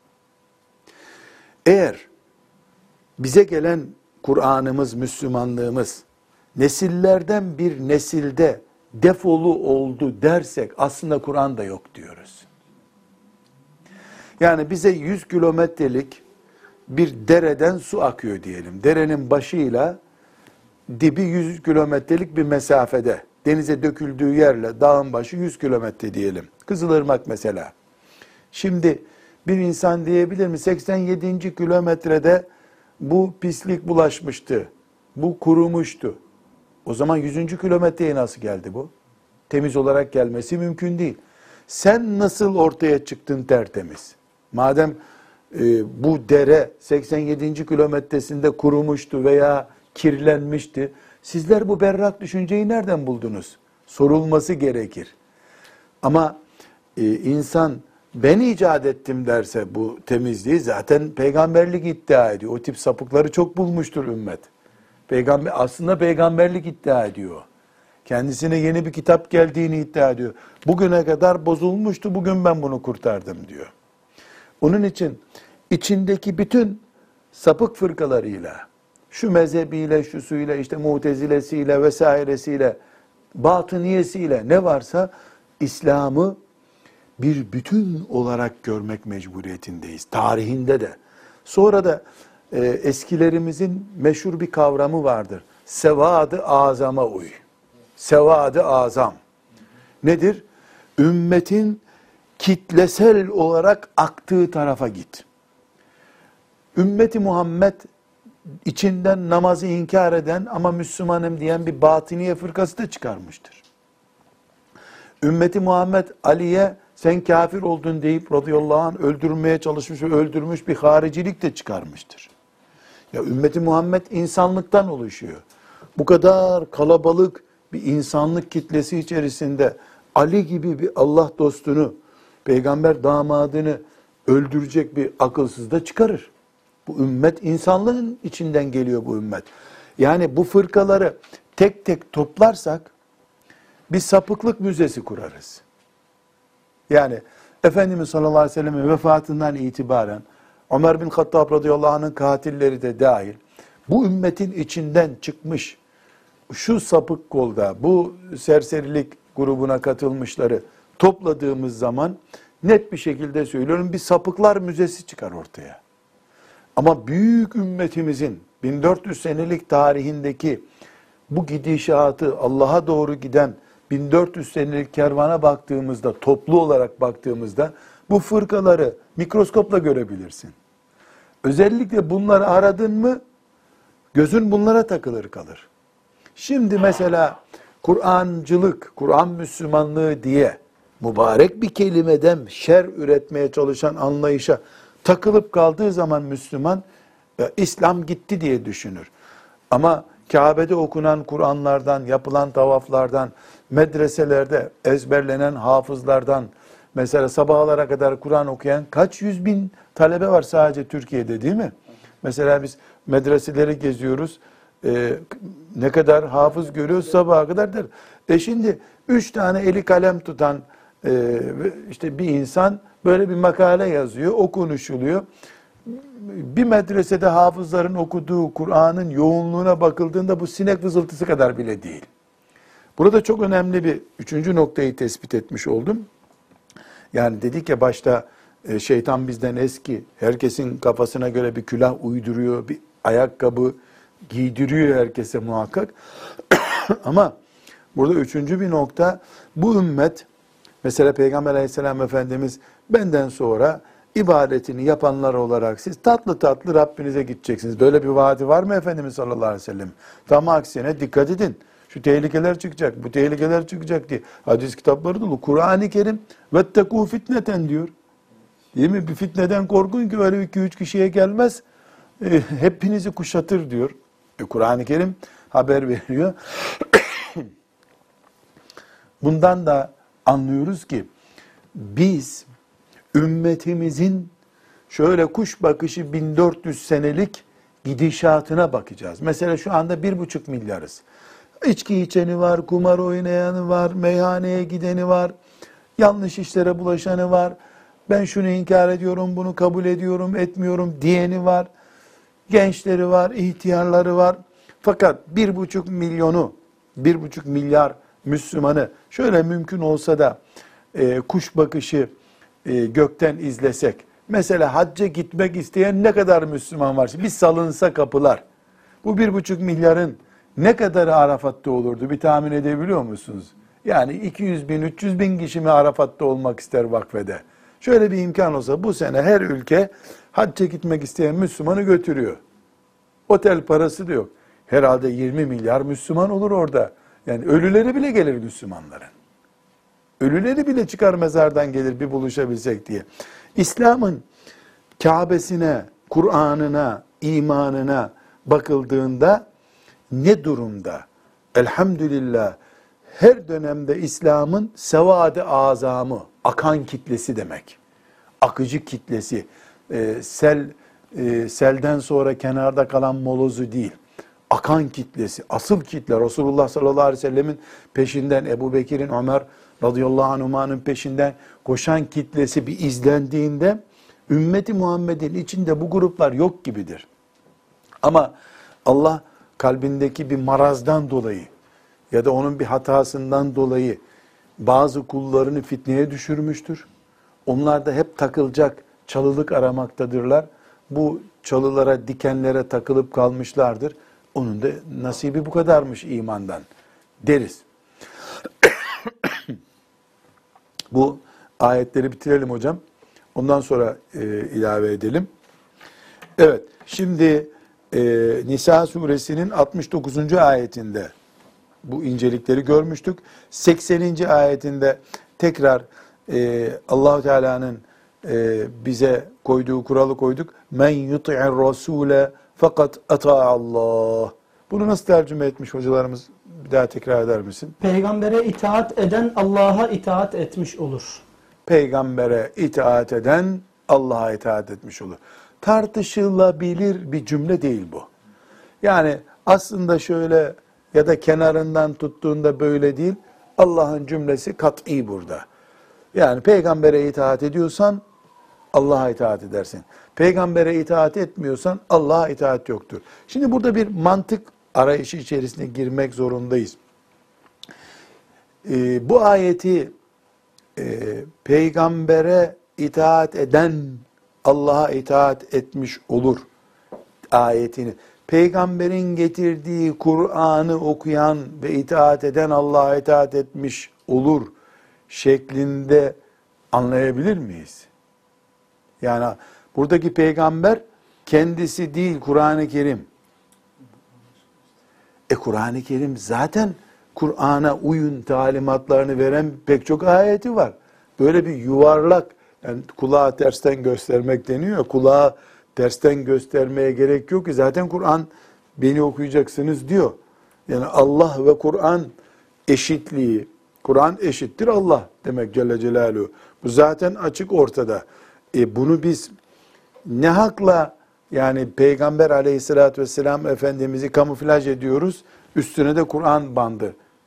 A: Eğer bize gelen Kur'an'ımız, Müslümanlığımız nesillerden bir nesilde defolu oldu dersek aslında Kur'an da yok diyoruz. Yani bize 100 kilometrelik bir dereden su akıyor diyelim. Derenin başıyla dibi 100 kilometrelik bir mesafede. Denize döküldüğü yerle dağın başı 100 kilometre diyelim. Kızılırmak mesela. Şimdi bir insan diyebilir mi? 87. kilometrede bu pislik bulaşmıştı. Bu kurumuştu. O zaman 100. kilometreye nasıl geldi bu? Temiz olarak gelmesi mümkün değil. Sen nasıl ortaya çıktın tertemiz? Madem bu dere 87. kilometresinde kurumuştu veya kirlenmişti. Sizler bu berrak düşünceyi nereden buldunuz? Sorulması gerekir. Ama insan ben icat ettim derse bu temizliği zaten peygamberlik iddia ediyor. O tip sapıkları çok bulmuştur ümmet. Aslında peygamberlik iddia ediyor. Kendisine yeni bir kitap geldiğini iddia ediyor. Bugüne kadar bozulmuştu, bugün ben bunu kurtardım diyor. Onun için içindeki bütün sapık fırkalarıyla, şu mezhebiyle, şusuyla, işte mutezilesiyle vesairesiyle, batıniyesiyle ne varsa İslam'ı bir bütün olarak görmek mecburiyetindeyiz. Tarihinde de. Sonra da eskilerimizin meşhur bir kavramı vardır. Sevad-ı azama uy. Sevad-ı azam. Nedir? Ümmetin kitlesel olarak aktığı tarafa git. Ümmeti Muhammed içinden namazı inkar eden ama Müslümanım diyen bir batıniye fırkası da çıkarmıştır. Ümmeti Muhammed Ali'ye sen kafir oldun deyip radıyallahu anh öldürmeye çalışmış ve öldürmüş bir haricilik de çıkarmıştır. Ya ümmeti Muhammed insanlıktan oluşuyor. Bu kadar kalabalık bir insanlık kitlesi içerisinde Ali gibi bir Allah dostunu, peygamber damadını öldürecek bir akılsız da çıkarır. Bu ümmet insanlığın içinden geliyor bu ümmet. Yani bu fırkaları tek tek toplarsak bir sapıklık müzesi kurarız. Yani Efendimiz sallallahu aleyhi ve sellem'in vefatından itibaren Ömer bin Hattab radıyallahu anh'ın katilleri de dahil bu ümmetin içinden çıkmış şu sapık kolda bu serserilik grubuna katılmışları topladığımız zaman net bir şekilde söylüyorum bir sapıklar müzesi çıkar ortaya. Ama büyük ümmetimizin 1400 senelik tarihindeki bu gidişatı Allah'a doğru giden 1400 senelik kervana baktığımızda, toplu olarak baktığımızda bu fırkaları mikroskopla görebilirsin. Özellikle bunları aradın mı gözün bunlara takılır kalır. Şimdi mesela Kur'ancılık, Kur'an Müslümanlığı diye mübarek bir kelimeden şer üretmeye çalışan anlayışa takılıp kaldığı zaman Müslüman İslam gitti diye düşünür. Ama Kabe'de okunan Kur'anlardan, yapılan tavaflardan, medreselerde ezberlenen hafızlardan, mesela sabahlara kadar Kur'an okuyan kaç yüz bin talebe var sadece Türkiye'de değil mi? Mesela biz medreseleri geziyoruz, ne kadar hafız görüyoruz sabaha kadar der. Şimdi 3 tane eli kalem tutan işte bir insan böyle bir makale yazıyor, o konuşuluyor. Bir medresede hafızların okuduğu Kur'an'ın yoğunluğuna bakıldığında bu sinek vızıltısı kadar bile değil. Burada çok önemli bir üçüncü noktayı tespit etmiş oldum. Yani dedik ya başta şeytan bizden eski, herkesin kafasına göre bir külah uyduruyor, bir ayakkabı giydiriyor herkese muhakkak. Ama burada üçüncü bir nokta, bu ümmet, mesela Peygamber Aleyhisselam Efendimiz benden sonra ibadetini yapanlar olarak siz tatlı tatlı Rabbinize gideceksiniz. Böyle bir vaadi var mı Efendimiz sallallahu aleyhi ve sellem? Tam aksine dikkat edin. Şu tehlikeler çıkacak, bu tehlikeler çıkacak diye. Hadis kitapları dolu. Kur'an-ı Kerim vettekû fitneten diyor. Değil mi? Bir fitneden korkun ki öyle 2-3 kişiye gelmez. Hepinizi kuşatır diyor. Kur'an-ı Kerim haber veriyor. Bundan da anlıyoruz ki biz ümmetimizin şöyle kuş bakışı 1400 senelik gidişatına bakacağız. Mesela şu anda 1,5 milyarız. İçki içeni var, kumar oynayanı var, meyhaneye gideni var, yanlış işlere bulaşanı var. Ben şunu inkar ediyorum, bunu kabul ediyorum, etmiyorum diyeni var. Gençleri var, ihtiyarları var. Fakat 1,5 milyonu, 1,5 milyar Müslümanı şöyle mümkün olsa da kuş bakışı gökten izlesek. Mesela hacca gitmek isteyen ne kadar Müslüman var? Bir salınsa kapılar. Bu 1,5 milyarın ne kadarı Arafat'ta olurdu? Bir tahmin edebiliyor musunuz? Yani 200 bin, 300 bin kişi mi Arafat'ta olmak ister vakfede? Şöyle bir imkan olsa bu sene her ülke hacca gitmek isteyen Müslümanı götürüyor. Otel parası da yok. Herhalde 20 milyar Müslüman olur orada. Yani ölüleri bile gelir Müslümanların. Ölüleri bile çıkar mezardan gelir bir buluşabilsek diye. İslam'ın Kabe'sine, Kur'an'ına, imanına bakıldığında ne durumda? Elhamdülillah her dönemde İslam'ın sevad-ı azamı, akan kitlesi demek. Akıcı kitlesi, selden sonra kenarda kalan molozu değil. Akan kitlesi, asıl kitle Resulullah sallallahu aleyhi ve sellemin peşinden, Ebu Bekir'in, Ömer radıyallahu anhuma'nın peşinden koşan kitlesi bir izlendiğinde ümmeti Muhammed'in içinde bu gruplar yok gibidir. Ama Allah kalbindeki bir marazdan dolayı ya da onun bir hatasından dolayı bazı kullarını fitneye düşürmüştür. Onlar da hep takılacak çalılık aramaktadırlar. Bu çalılara, dikenlere takılıp kalmışlardır. Onun da nasibi bu kadarmış imandan deriz. Bu ayetleri bitirelim hocam. Ondan sonra ilave edelim. Evet, şimdi Nisa suresinin 69. ayetinde bu incelikleri görmüştük. 80. ayetinde tekrar Allah-u Teala'nın bize koyduğu kuralı koyduk. Men yuti'ir rasule fakat Allah. Bunu nasıl tercüme etmiş hocalarımız? Bir daha tekrar eder misin?
C: Peygambere itaat eden Allah'a itaat etmiş olur.
A: Peygambere itaat eden Allah'a itaat etmiş olur. Tartışılabilir bir cümle değil bu. Yani aslında şöyle ya da kenarından tuttuğunda böyle değil. Allah'ın cümlesi kat'i burada. Yani peygambere itaat ediyorsan Allah'a itaat edersin. Peygambere itaat etmiyorsan Allah'a itaat yoktur. Şimdi burada bir mantık arayışı içerisine girmek zorundayız. Bu ayeti peygambere itaat eden Allah'a itaat etmiş olur ayetini. Peygamberin getirdiği Kur'an'ı okuyan ve itaat eden Allah'a itaat etmiş olur şeklinde anlayabilir miyiz? Yani buradaki peygamber kendisi değil Kur'an-ı Kerim. Kur'an-ı Kerim zaten Kur'an'a uyun talimatlarını veren pek çok ayeti var. Böyle bir yuvarlak, yani kulağı tersten göstermek deniyor. Kulağı tersten göstermeye gerek yok ki zaten Kur'an beni okuyacaksınız diyor. Yani Allah ve Kur'an eşitliği, Kur'an eşittir Allah demek Celle Celaluhu. Bu zaten açık ortada. Bunu biz ne hakla yani Peygamber aleyhissalatü vesselam Efendimiz'i kamuflaj ediyoruz, üstüne de Kur'an bandı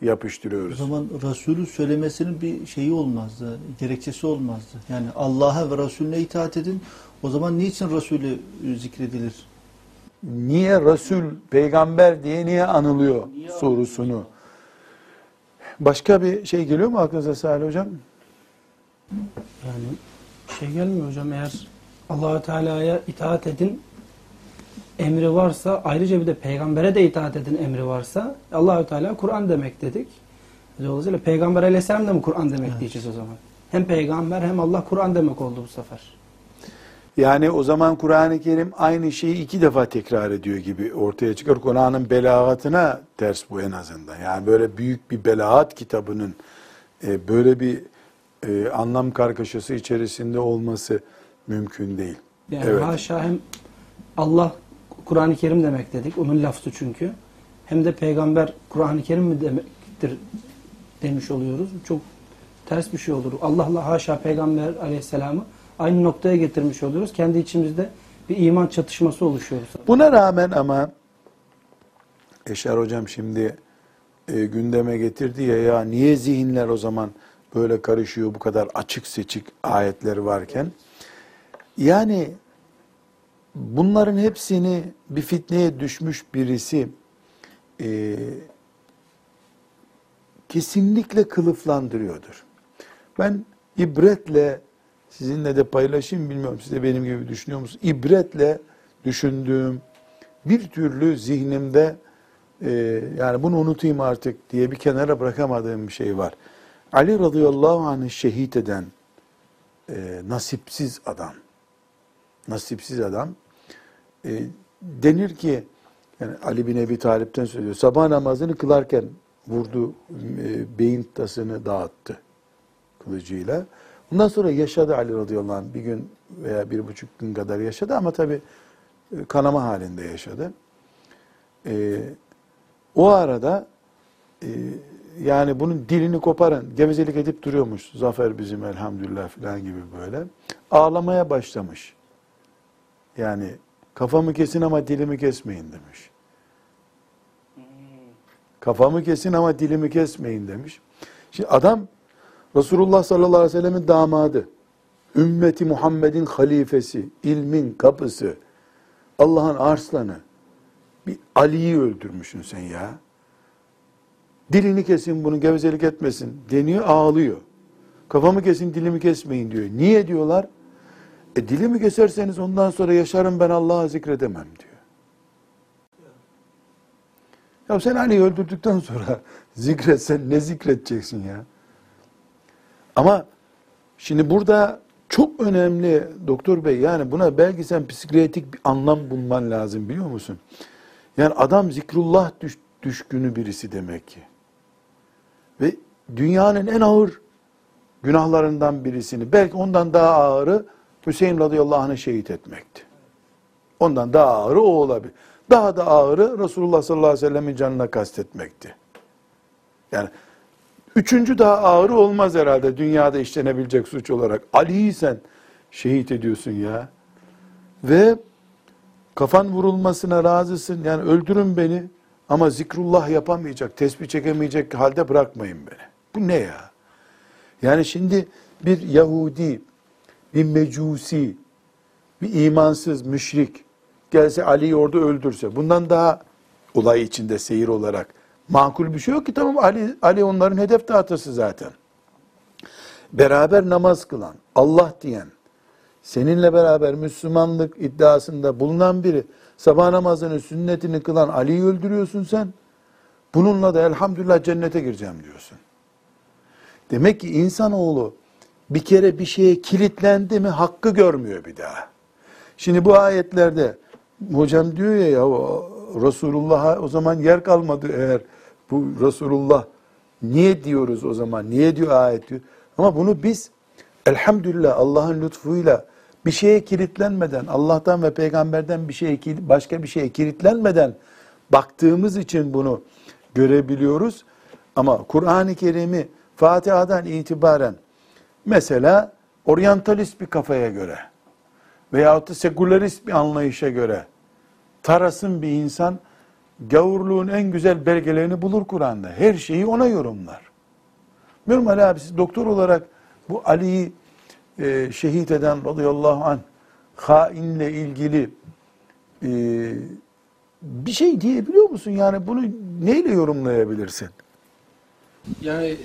F: O
A: yapıştırıyoruz.
F: zaman Resulü söylemesinin bir şeyi olmazdı, gerekçesi olmazdı. Yani Allah'a ve Resulüne itaat edin. O zaman niçin Resulü zikredilir?
A: Niye Resul, peygamber diye niye anılıyor sorusunu. Başka bir şey geliyor mu aklınıza Salih Hocam?
C: Yani şey gelmiyor hocam, eğer Allah-u Teala'ya itaat edin emri varsa, ayrıca bir de peygambere de itaat edin emri varsa, Allah-u Teala Kur'an demek dedik. Dolayısıyla Peygamber Aleyhisselam da mı Kur'an demek diyeceğiz o zaman? Hem peygamber hem Allah Kur'an demek oldu bu sefer.
A: Yani o zaman Kur'an-ı Kerim aynı şeyi 2 defa tekrar ediyor gibi ortaya çıkar. Kur'an'ın belagatına ters bu en azından. Yani böyle büyük bir belagat kitabının böyle bir anlam kargaşası içerisinde olması mümkün değil.
C: Yani
A: Evet.
C: haşa, hem Allah Kur'an-ı Kerim demek dedik. Onun lafzı çünkü. Hem de peygamber Kur'an-ı Kerim mi demektir demiş oluyoruz. Çok ters bir şey olur. Allah'la haşa peygamber aleyhisselamı aynı noktaya getirmiş oluyoruz. Kendi içimizde bir iman çatışması oluşuyor.
A: Buna rağmen ama Eşar Hocam şimdi gündeme getirdi ya niye zihinler o zaman böyle karışıyor bu kadar açık seçik ayetler varken? Yani bunların hepsini bir fitneye düşmüş birisi kesinlikle kılıflandırıyordur. Ben ibretle sizinle de paylaşayım, bilmiyorum siz de benim gibi düşünüyor musunuz? İbretle düşündüğüm, bir türlü zihnimde yani bunu unutayım artık diye bir kenara bırakamadığım bir şey var. Ali radıyallahu anh'ı şehit eden nasipsiz adam. Nasipsiz adam. Denir ki, yani Ali bin Ebi Talip'ten söylüyor, sabah namazını kılarken vurdu, beyin tasını dağıttı kılıcıyla. Bundan sonra yaşadı Ali radıyallahu anh. Bir gün veya 1,5 gün kadar yaşadı ama tabii kanama halinde yaşadı. O arada yani bunun dilini koparın, gevezelik edip duruyormuş. Zafer bizim elhamdülillah falan gibi böyle. Ağlamaya başlamış. Yani kafamı kesin ama dilimi kesmeyin demiş. Kafamı kesin ama dilimi kesmeyin demiş. Şimdi adam Resulullah sallallahu aleyhi ve sellemin damadı, ümmeti Muhammed'in halifesi, ilmin kapısı, Allah'ın arslanı. Bir Ali'yi öldürmüşsün sen ya. Dilini kesin, bunu gevezelik etmesin deniyor, ağlıyor. Kafamı kesin, dilimi kesmeyin diyor. Niye diyorlar? Dilimi keserseniz ondan sonra yaşarım, ben Allah'a zikredemem diyor. Ya sen Ali'yi öldürdükten sonra zikretsen ne zikredeceksin ya? Ama şimdi burada çok önemli doktor bey, yani buna belki sen psikiyatrik bir anlam bulman lazım, biliyor musun? Yani adam zikrullah düşkünü birisi demek ki. Ve dünyanın en ağır günahlarından birisini, belki ondan daha ağırı Hüseyin radıyallahu anh'ı şehit etmekti. Ondan daha ağırı o olabilir. Daha da ağırı Resulullah sallallahu aleyhi ve sellemin canına kastetmekti. Yani üçüncü daha ağırı olmaz herhalde dünyada işlenebilecek suç olarak. Ali'yi sen şehit ediyorsun ya. Ve kafan vurulmasına razısın. Yani öldürün beni ama zikrullah yapamayacak, tesbih çekemeyecek halde bırakmayın beni. Bu ne ya? Yani şimdi bir Yahudi, bir Mecusi, bir imansız müşrik gelse Ali'yi orada öldürse, bundan daha olay içinde seyir olarak makul bir şey yok ki. Tamam, Ali onların hedef tahtası zaten. Beraber namaz kılan, Allah diyen, seninle beraber Müslümanlık iddiasında bulunan biri, sabah namazının sünnetini kılan Ali'yi öldürüyorsun sen. Bununla da elhamdülillah cennete gireceğim diyorsun. Demek ki insanoğlu bir kere bir şeye kilitlendi mi hakkı görmüyor bir daha. Şimdi bu ayetlerde hocam diyor ya Resulullah'a o zaman yer kalmadı eğer bu Resulullah, niye diyoruz o zaman? Niye diyor ayet diyor? Ama bunu biz elhamdülillah Allah'ın lütfuyla bir şeye kilitlenmeden, Allah'tan ve peygamberden başka bir şeye kilitlenmeden baktığımız için bunu görebiliyoruz. Ama Kur'an-ı Kerim'i Fatiha'dan itibaren mesela oryantalist bir kafaya göre veyahut da sekülerist bir anlayışa göre tarasın bir insan, gavurluğun en güzel belgelerini bulur Kur'an'da. Her şeyi ona yorumlar. Bilmiyorum Ali abi, siz doktor olarak bu Ali'yi şehit eden radıyallahu anh hainle ilgili bir şey diyebiliyor musun? Yani bunu neyle yorumlayabilirsin?
E: Yani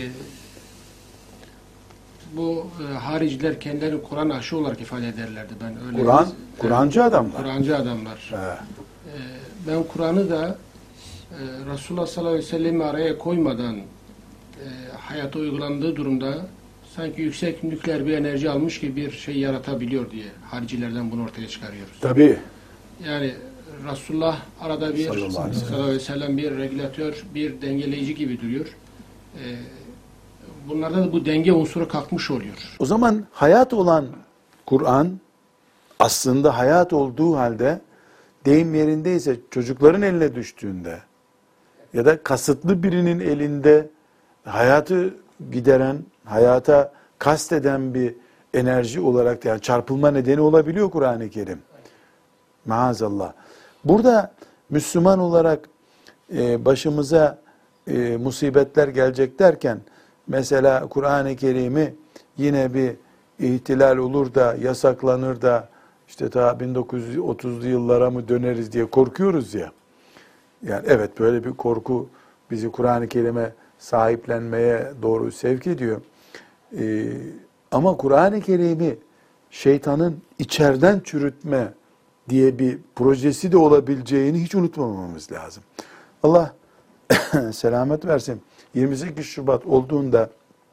E: bu hariciler kendilerini Kur'an aşı olarak ifade ederlerdi. Ben öyle
A: Kur'ancı adamlar.
E: Kur'ancı adamlar.
A: He.
E: Ben Kur'an'ı da Resulullah sallallahu aleyhi ve sellem'i araya koymadan hayata uygulandığı durumda sanki yüksek nükleer bir enerji almış gibi bir şey yaratabiliyor diye haricilerden bunu ortaya çıkarıyoruz.
A: Tabii.
E: Yani Resulullah arada bir
A: Sallallahu
E: sallallahu aleyhi ve sellem bir regülatör, bir dengeleyici gibi duruyor. Bunlarda da bu denge unsuru kalkmış oluyor.
A: O zaman hayat olan Kur'an aslında hayat olduğu halde deyim yerindeyse çocukların eline düştüğünde ya da kasıtlı birinin elinde hayatı gideren, hayata kasteden bir enerji olarak, yani çarpılma nedeni olabiliyor Kur'an-ı Kerim. Maazallah. Burada Müslüman olarak başımıza musibetler gelecek derken, mesela Kur'an-ı Kerim'i yine bir ihtilal olur da yasaklanır da işte ta 1930'lu yıllara mı döneriz diye korkuyoruz ya. Yani evet, böyle bir korku bizi Kur'an-ı Kerim'e sahiplenmeye doğru sevk ediyor. Ama Kur'an-ı Kerim'i şeytanın içeriden çürütme diye bir projesi de olabileceğini hiç unutmamamız lazım. Allah selamet versin. 28 Şubat olduğunda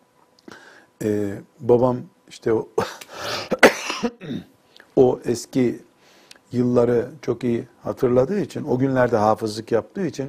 A: babam işte o eski yılları çok iyi hatırladığı için, o günlerde hafızlık yaptığı için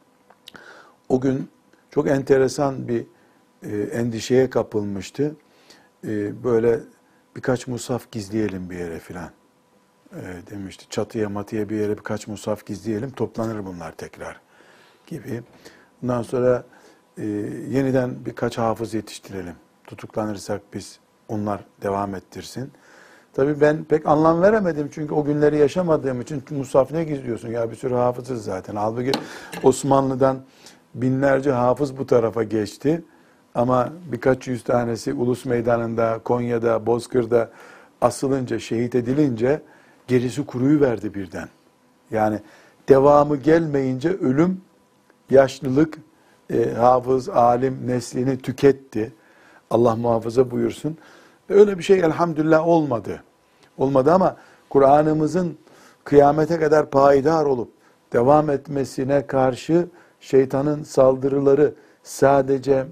A: o gün çok enteresan bir endişeye kapılmıştı. Böyle birkaç mushaf gizleyelim bir yere filan demişti. Çatıya matıya bir yere birkaç mushaf gizleyelim, toplanır bunlar tekrar gibi. Bundan sonra yeniden birkaç hafız yetiştirelim. Tutuklanırsak biz, onlar devam ettirsin. Tabii ben pek anlam veremedim çünkü o günleri yaşamadığım için, mushaf ne gizliyorsun ya, bir sürü hafızız zaten. Halbuki Osmanlı'dan binlerce hafız bu tarafa geçti. Ama birkaç yüz tanesi Ulus Meydanı'nda, Konya'da, Bozkır'da asılınca, şehit edilince gerisi kuruyuverdi birden. Yani devamı gelmeyince ölüm, yaşlılık, hafız, alim neslini tüketti. Allah muhafaza buyursun. Öyle bir şey elhamdülillah olmadı. Olmadı ama Kur'an'ımızın kıyamete kadar payidar olup devam etmesine karşı şeytanın saldırıları sadece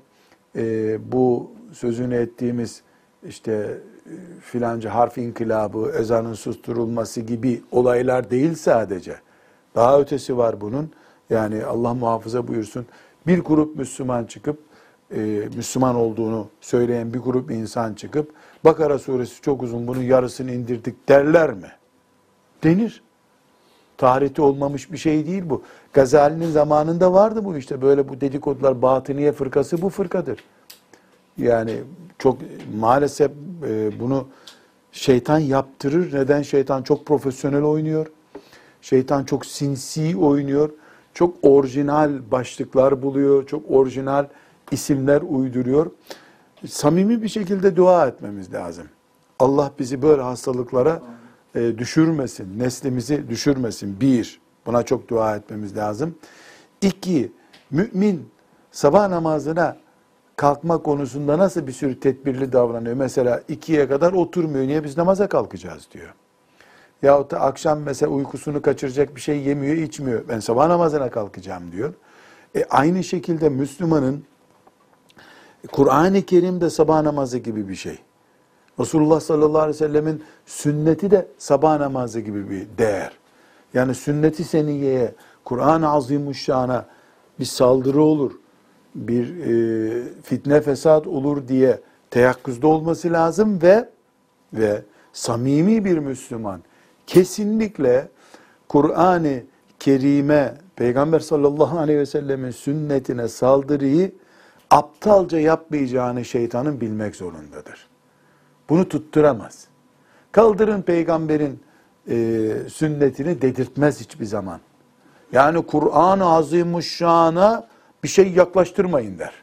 A: bu sözünü ettiğimiz işte filanca harf inkılabı, ezanın susturulması gibi olaylar değil sadece. Daha ötesi var bunun. Yani Allah muhafaza buyursun, bir grup Müslüman çıkıp, Müslüman olduğunu söyleyen bir grup insan çıkıp, Bakara suresi çok uzun, bunun yarısını indirdik derler mi? Denir. Tarihte olmamış bir şey değil bu. Gazali'nin zamanında vardı bu işte. Böyle bu dedikodular, Batıniye fırkası bu fırkadır. Yani çok maalesef bunu şeytan yaptırır. Neden? Şeytan çok profesyonel oynuyor. Şeytan çok sinsi oynuyor. Çok orijinal başlıklar buluyor. Çok orijinal isimler uyduruyor. Samimi bir şekilde dua etmemiz lazım. Allah bizi böyle hastalıklara düşürmesin. Neslimizi düşürmesin. Bir, buna çok dua etmemiz lazım. İki, mümin sabah namazına kalkma konusunda nasıl bir sürü tedbirli davranıyor? Mesela 2'ye kadar oturmuyor. Niye? Biz namaza kalkacağız diyor. Yahut da akşam mesela uykusunu kaçıracak bir şey yemiyor, içmiyor. Ben sabah namazına kalkacağım diyor. Aynı şekilde Müslümanın Kur'an-ı Kerim de sabah namazı gibi bir şey. Resulullah sallallahu aleyhi ve sellemin sünneti de sabah namazı gibi bir değer. Yani sünnet-i seniyeye, Kur'an-ı Azimuşşan'a bir saldırı olur, bir fitne fesat olur diye teyakkuzda olması lazım ve samimi bir Müslüman kesinlikle Kur'an-ı Kerim'e, Peygamber sallallahu aleyhi ve sellemin sünnetine saldırıyı aptalca yapmayacağını şeytanın bilmek zorundadır. Bunu tutturamaz. Kaldırın peygamberin sünnetini dedirtmez hiçbir zaman. Yani Kur'an-ı Azimuşşan'a bir şey yaklaştırmayın der.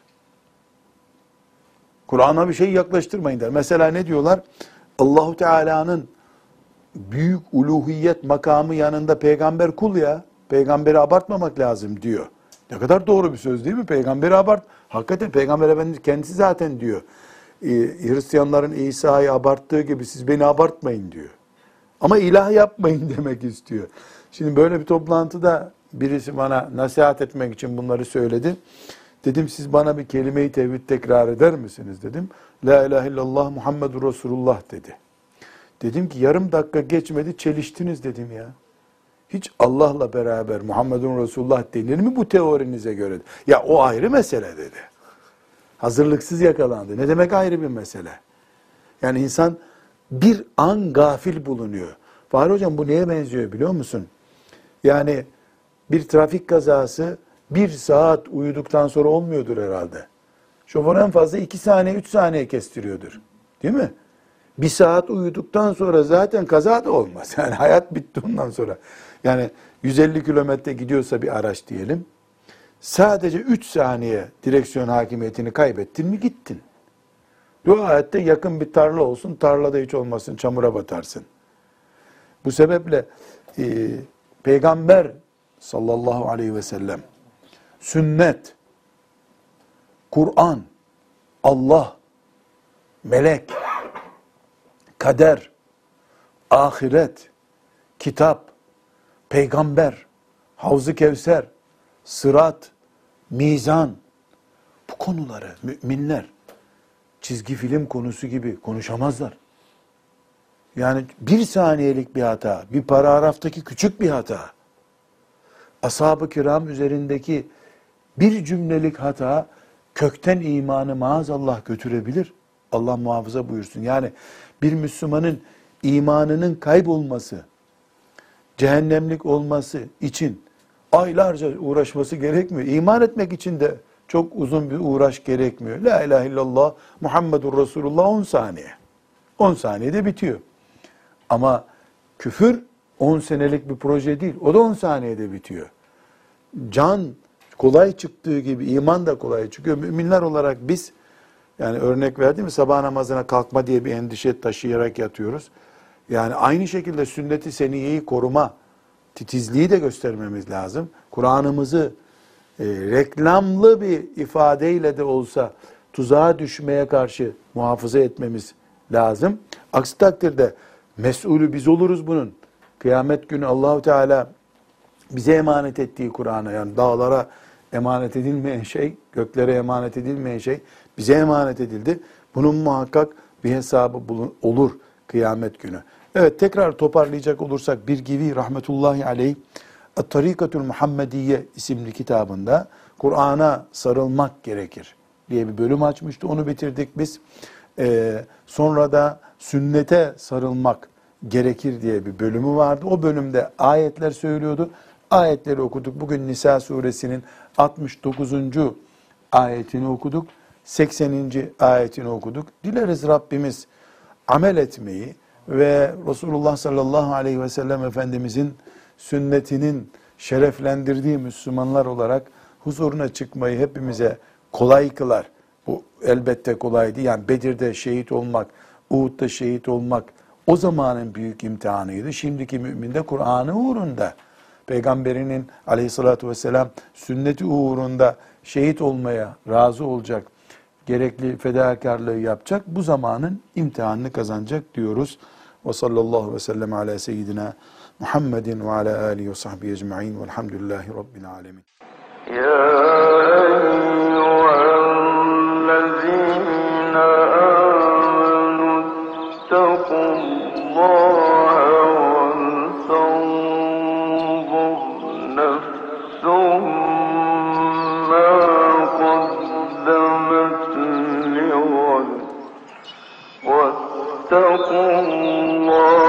A: Kur'an'a bir şey yaklaştırmayın der. Mesela ne diyorlar? Allahu Teala'nın büyük uluhiyet makamı yanında peygamber kul ya. Peygamberi abartmamak lazım diyor. Ne kadar doğru bir söz değil mi? Peygamberi abart. Hakikaten Peygamber Efendimiz kendisi zaten diyor. Hristiyanların İsa'yı abarttığı gibi siz beni abartmayın diyor. Ama ilah yapmayın demek istiyor. Şimdi böyle bir toplantıda birisi bana nasihat etmek için bunları söyledi. Dedim siz bana bir kelime-i tevhid tekrar eder misiniz dedim. La ilahe illallah Muhammedur Resulullah dedi. Dedim ki yarım dakika geçmedi çeliştiniz dedim ya. Hiç Allah'la beraber Muhammedun Resulullah denir mi bu teorinize göre? Ya o ayrı mesele dedi. Hazırlıksız yakalandı. Ne demek ayrı bir mesele? Yani insan bir an gafil bulunuyor. Fahri Hocam bu neye benziyor biliyor musun? Yani bir trafik kazası 1 saat uyuduktan sonra olmuyordur herhalde. Şoför en fazla 2 saniye 3 saniye kestiriyordur. Değil mi? 1 saat uyuduktan sonra zaten kaza da olmaz. Yani hayat bitti ondan sonra. Yani 150 kilometre gidiyorsa bir araç diyelim. Sadece 3 saniye direksiyon hakimiyetini kaybettin mi gittin. Dua et de yakın bir tarla olsun, tarlada hiç olmasın, çamura batarsın. Bu sebeple Peygamber sallallahu aleyhi ve sellem, sünnet, Kur'an, Allah, melek, kader, ahiret, kitap, peygamber, Havz-ı Kevser, sırat, mizan, bu konuları müminler çizgi film konusu gibi konuşamazlar. Yani 1 saniyelik bir hata, bir paragraftaki küçük bir hata, ashab-ı kiram üzerindeki bir cümlelik hata kökten imanı maazallah götürebilir. Allah muhafaza buyursun. Yani bir Müslümanın imanının kaybolması, cehennemlik olması için aylarca uğraşması gerekmiyor. İman etmek için de çok uzun bir uğraş gerekmiyor. La ilahe illallah Muhammedur Resulullah 10 saniye. 10 saniyede bitiyor. Ama küfür 10 senelik bir proje değil. O da 10 saniyede bitiyor. Can kolay çıktığı gibi iman da kolay çıkıyor. Müminler olarak biz, yani örnek verdim mi, sabah namazına kalkma diye bir endişe taşıyarak yatıyoruz. Yani aynı şekilde sünnet-i seniyeyi koruma, titizliği de göstermemiz lazım. Kur'an'ımızı reklamlı bir ifadeyle de olsa tuzağa düşmeye karşı muhafaza etmemiz lazım. Aksi takdirde mesulü biz oluruz bunun. Kıyamet günü Allahu Teala bize emanet ettiği Kur'an'a, yani dağlara emanet edilmeyen şey, göklere emanet edilmeyen şey bize emanet edildi. Bunun muhakkak bir hesabı olur kıyamet günü. Evet, tekrar toparlayacak olursak Birgivi rahmetullahi aleyh Tarikatül Muhammediye isimli kitabında Kur'an'a sarılmak gerekir diye bir bölüm açmıştı. Onu bitirdik biz. Sonra da sünnete sarılmak gerekir diye bir bölümü vardı. O bölümde ayetler söylüyordu. Ayetleri okuduk. Bugün Nisa suresinin 69. ayetini okuduk. 80. ayetini okuduk. Dileriz Rabbimiz amel etmeyi ve Resulullah sallallahu aleyhi ve sellem Efendimizin sünnetinin şereflendirdiği Müslümanlar olarak huzuruna çıkmayı hepimize kolay kılar. Bu elbette kolay değil. Yani Bedir'de şehit olmak, Uhud'da şehit olmak o zamanın büyük imtihanıydı. Şimdiki mümin de Kur'an'ı uğrunda, Peygamberinin aleyhissalatü vesselam sünneti uğrunda şehit olmaya razı olacak, gerekli fedakarlığı yapacak, bu zamanın imtihanını kazanacak diyoruz. Ve sallallahu ve sellem ala seyyidina Muhammedin ve ala alihi ve sahbihi ecma'in velhamdülillahi rabbil alemin.
G: واتقوا الله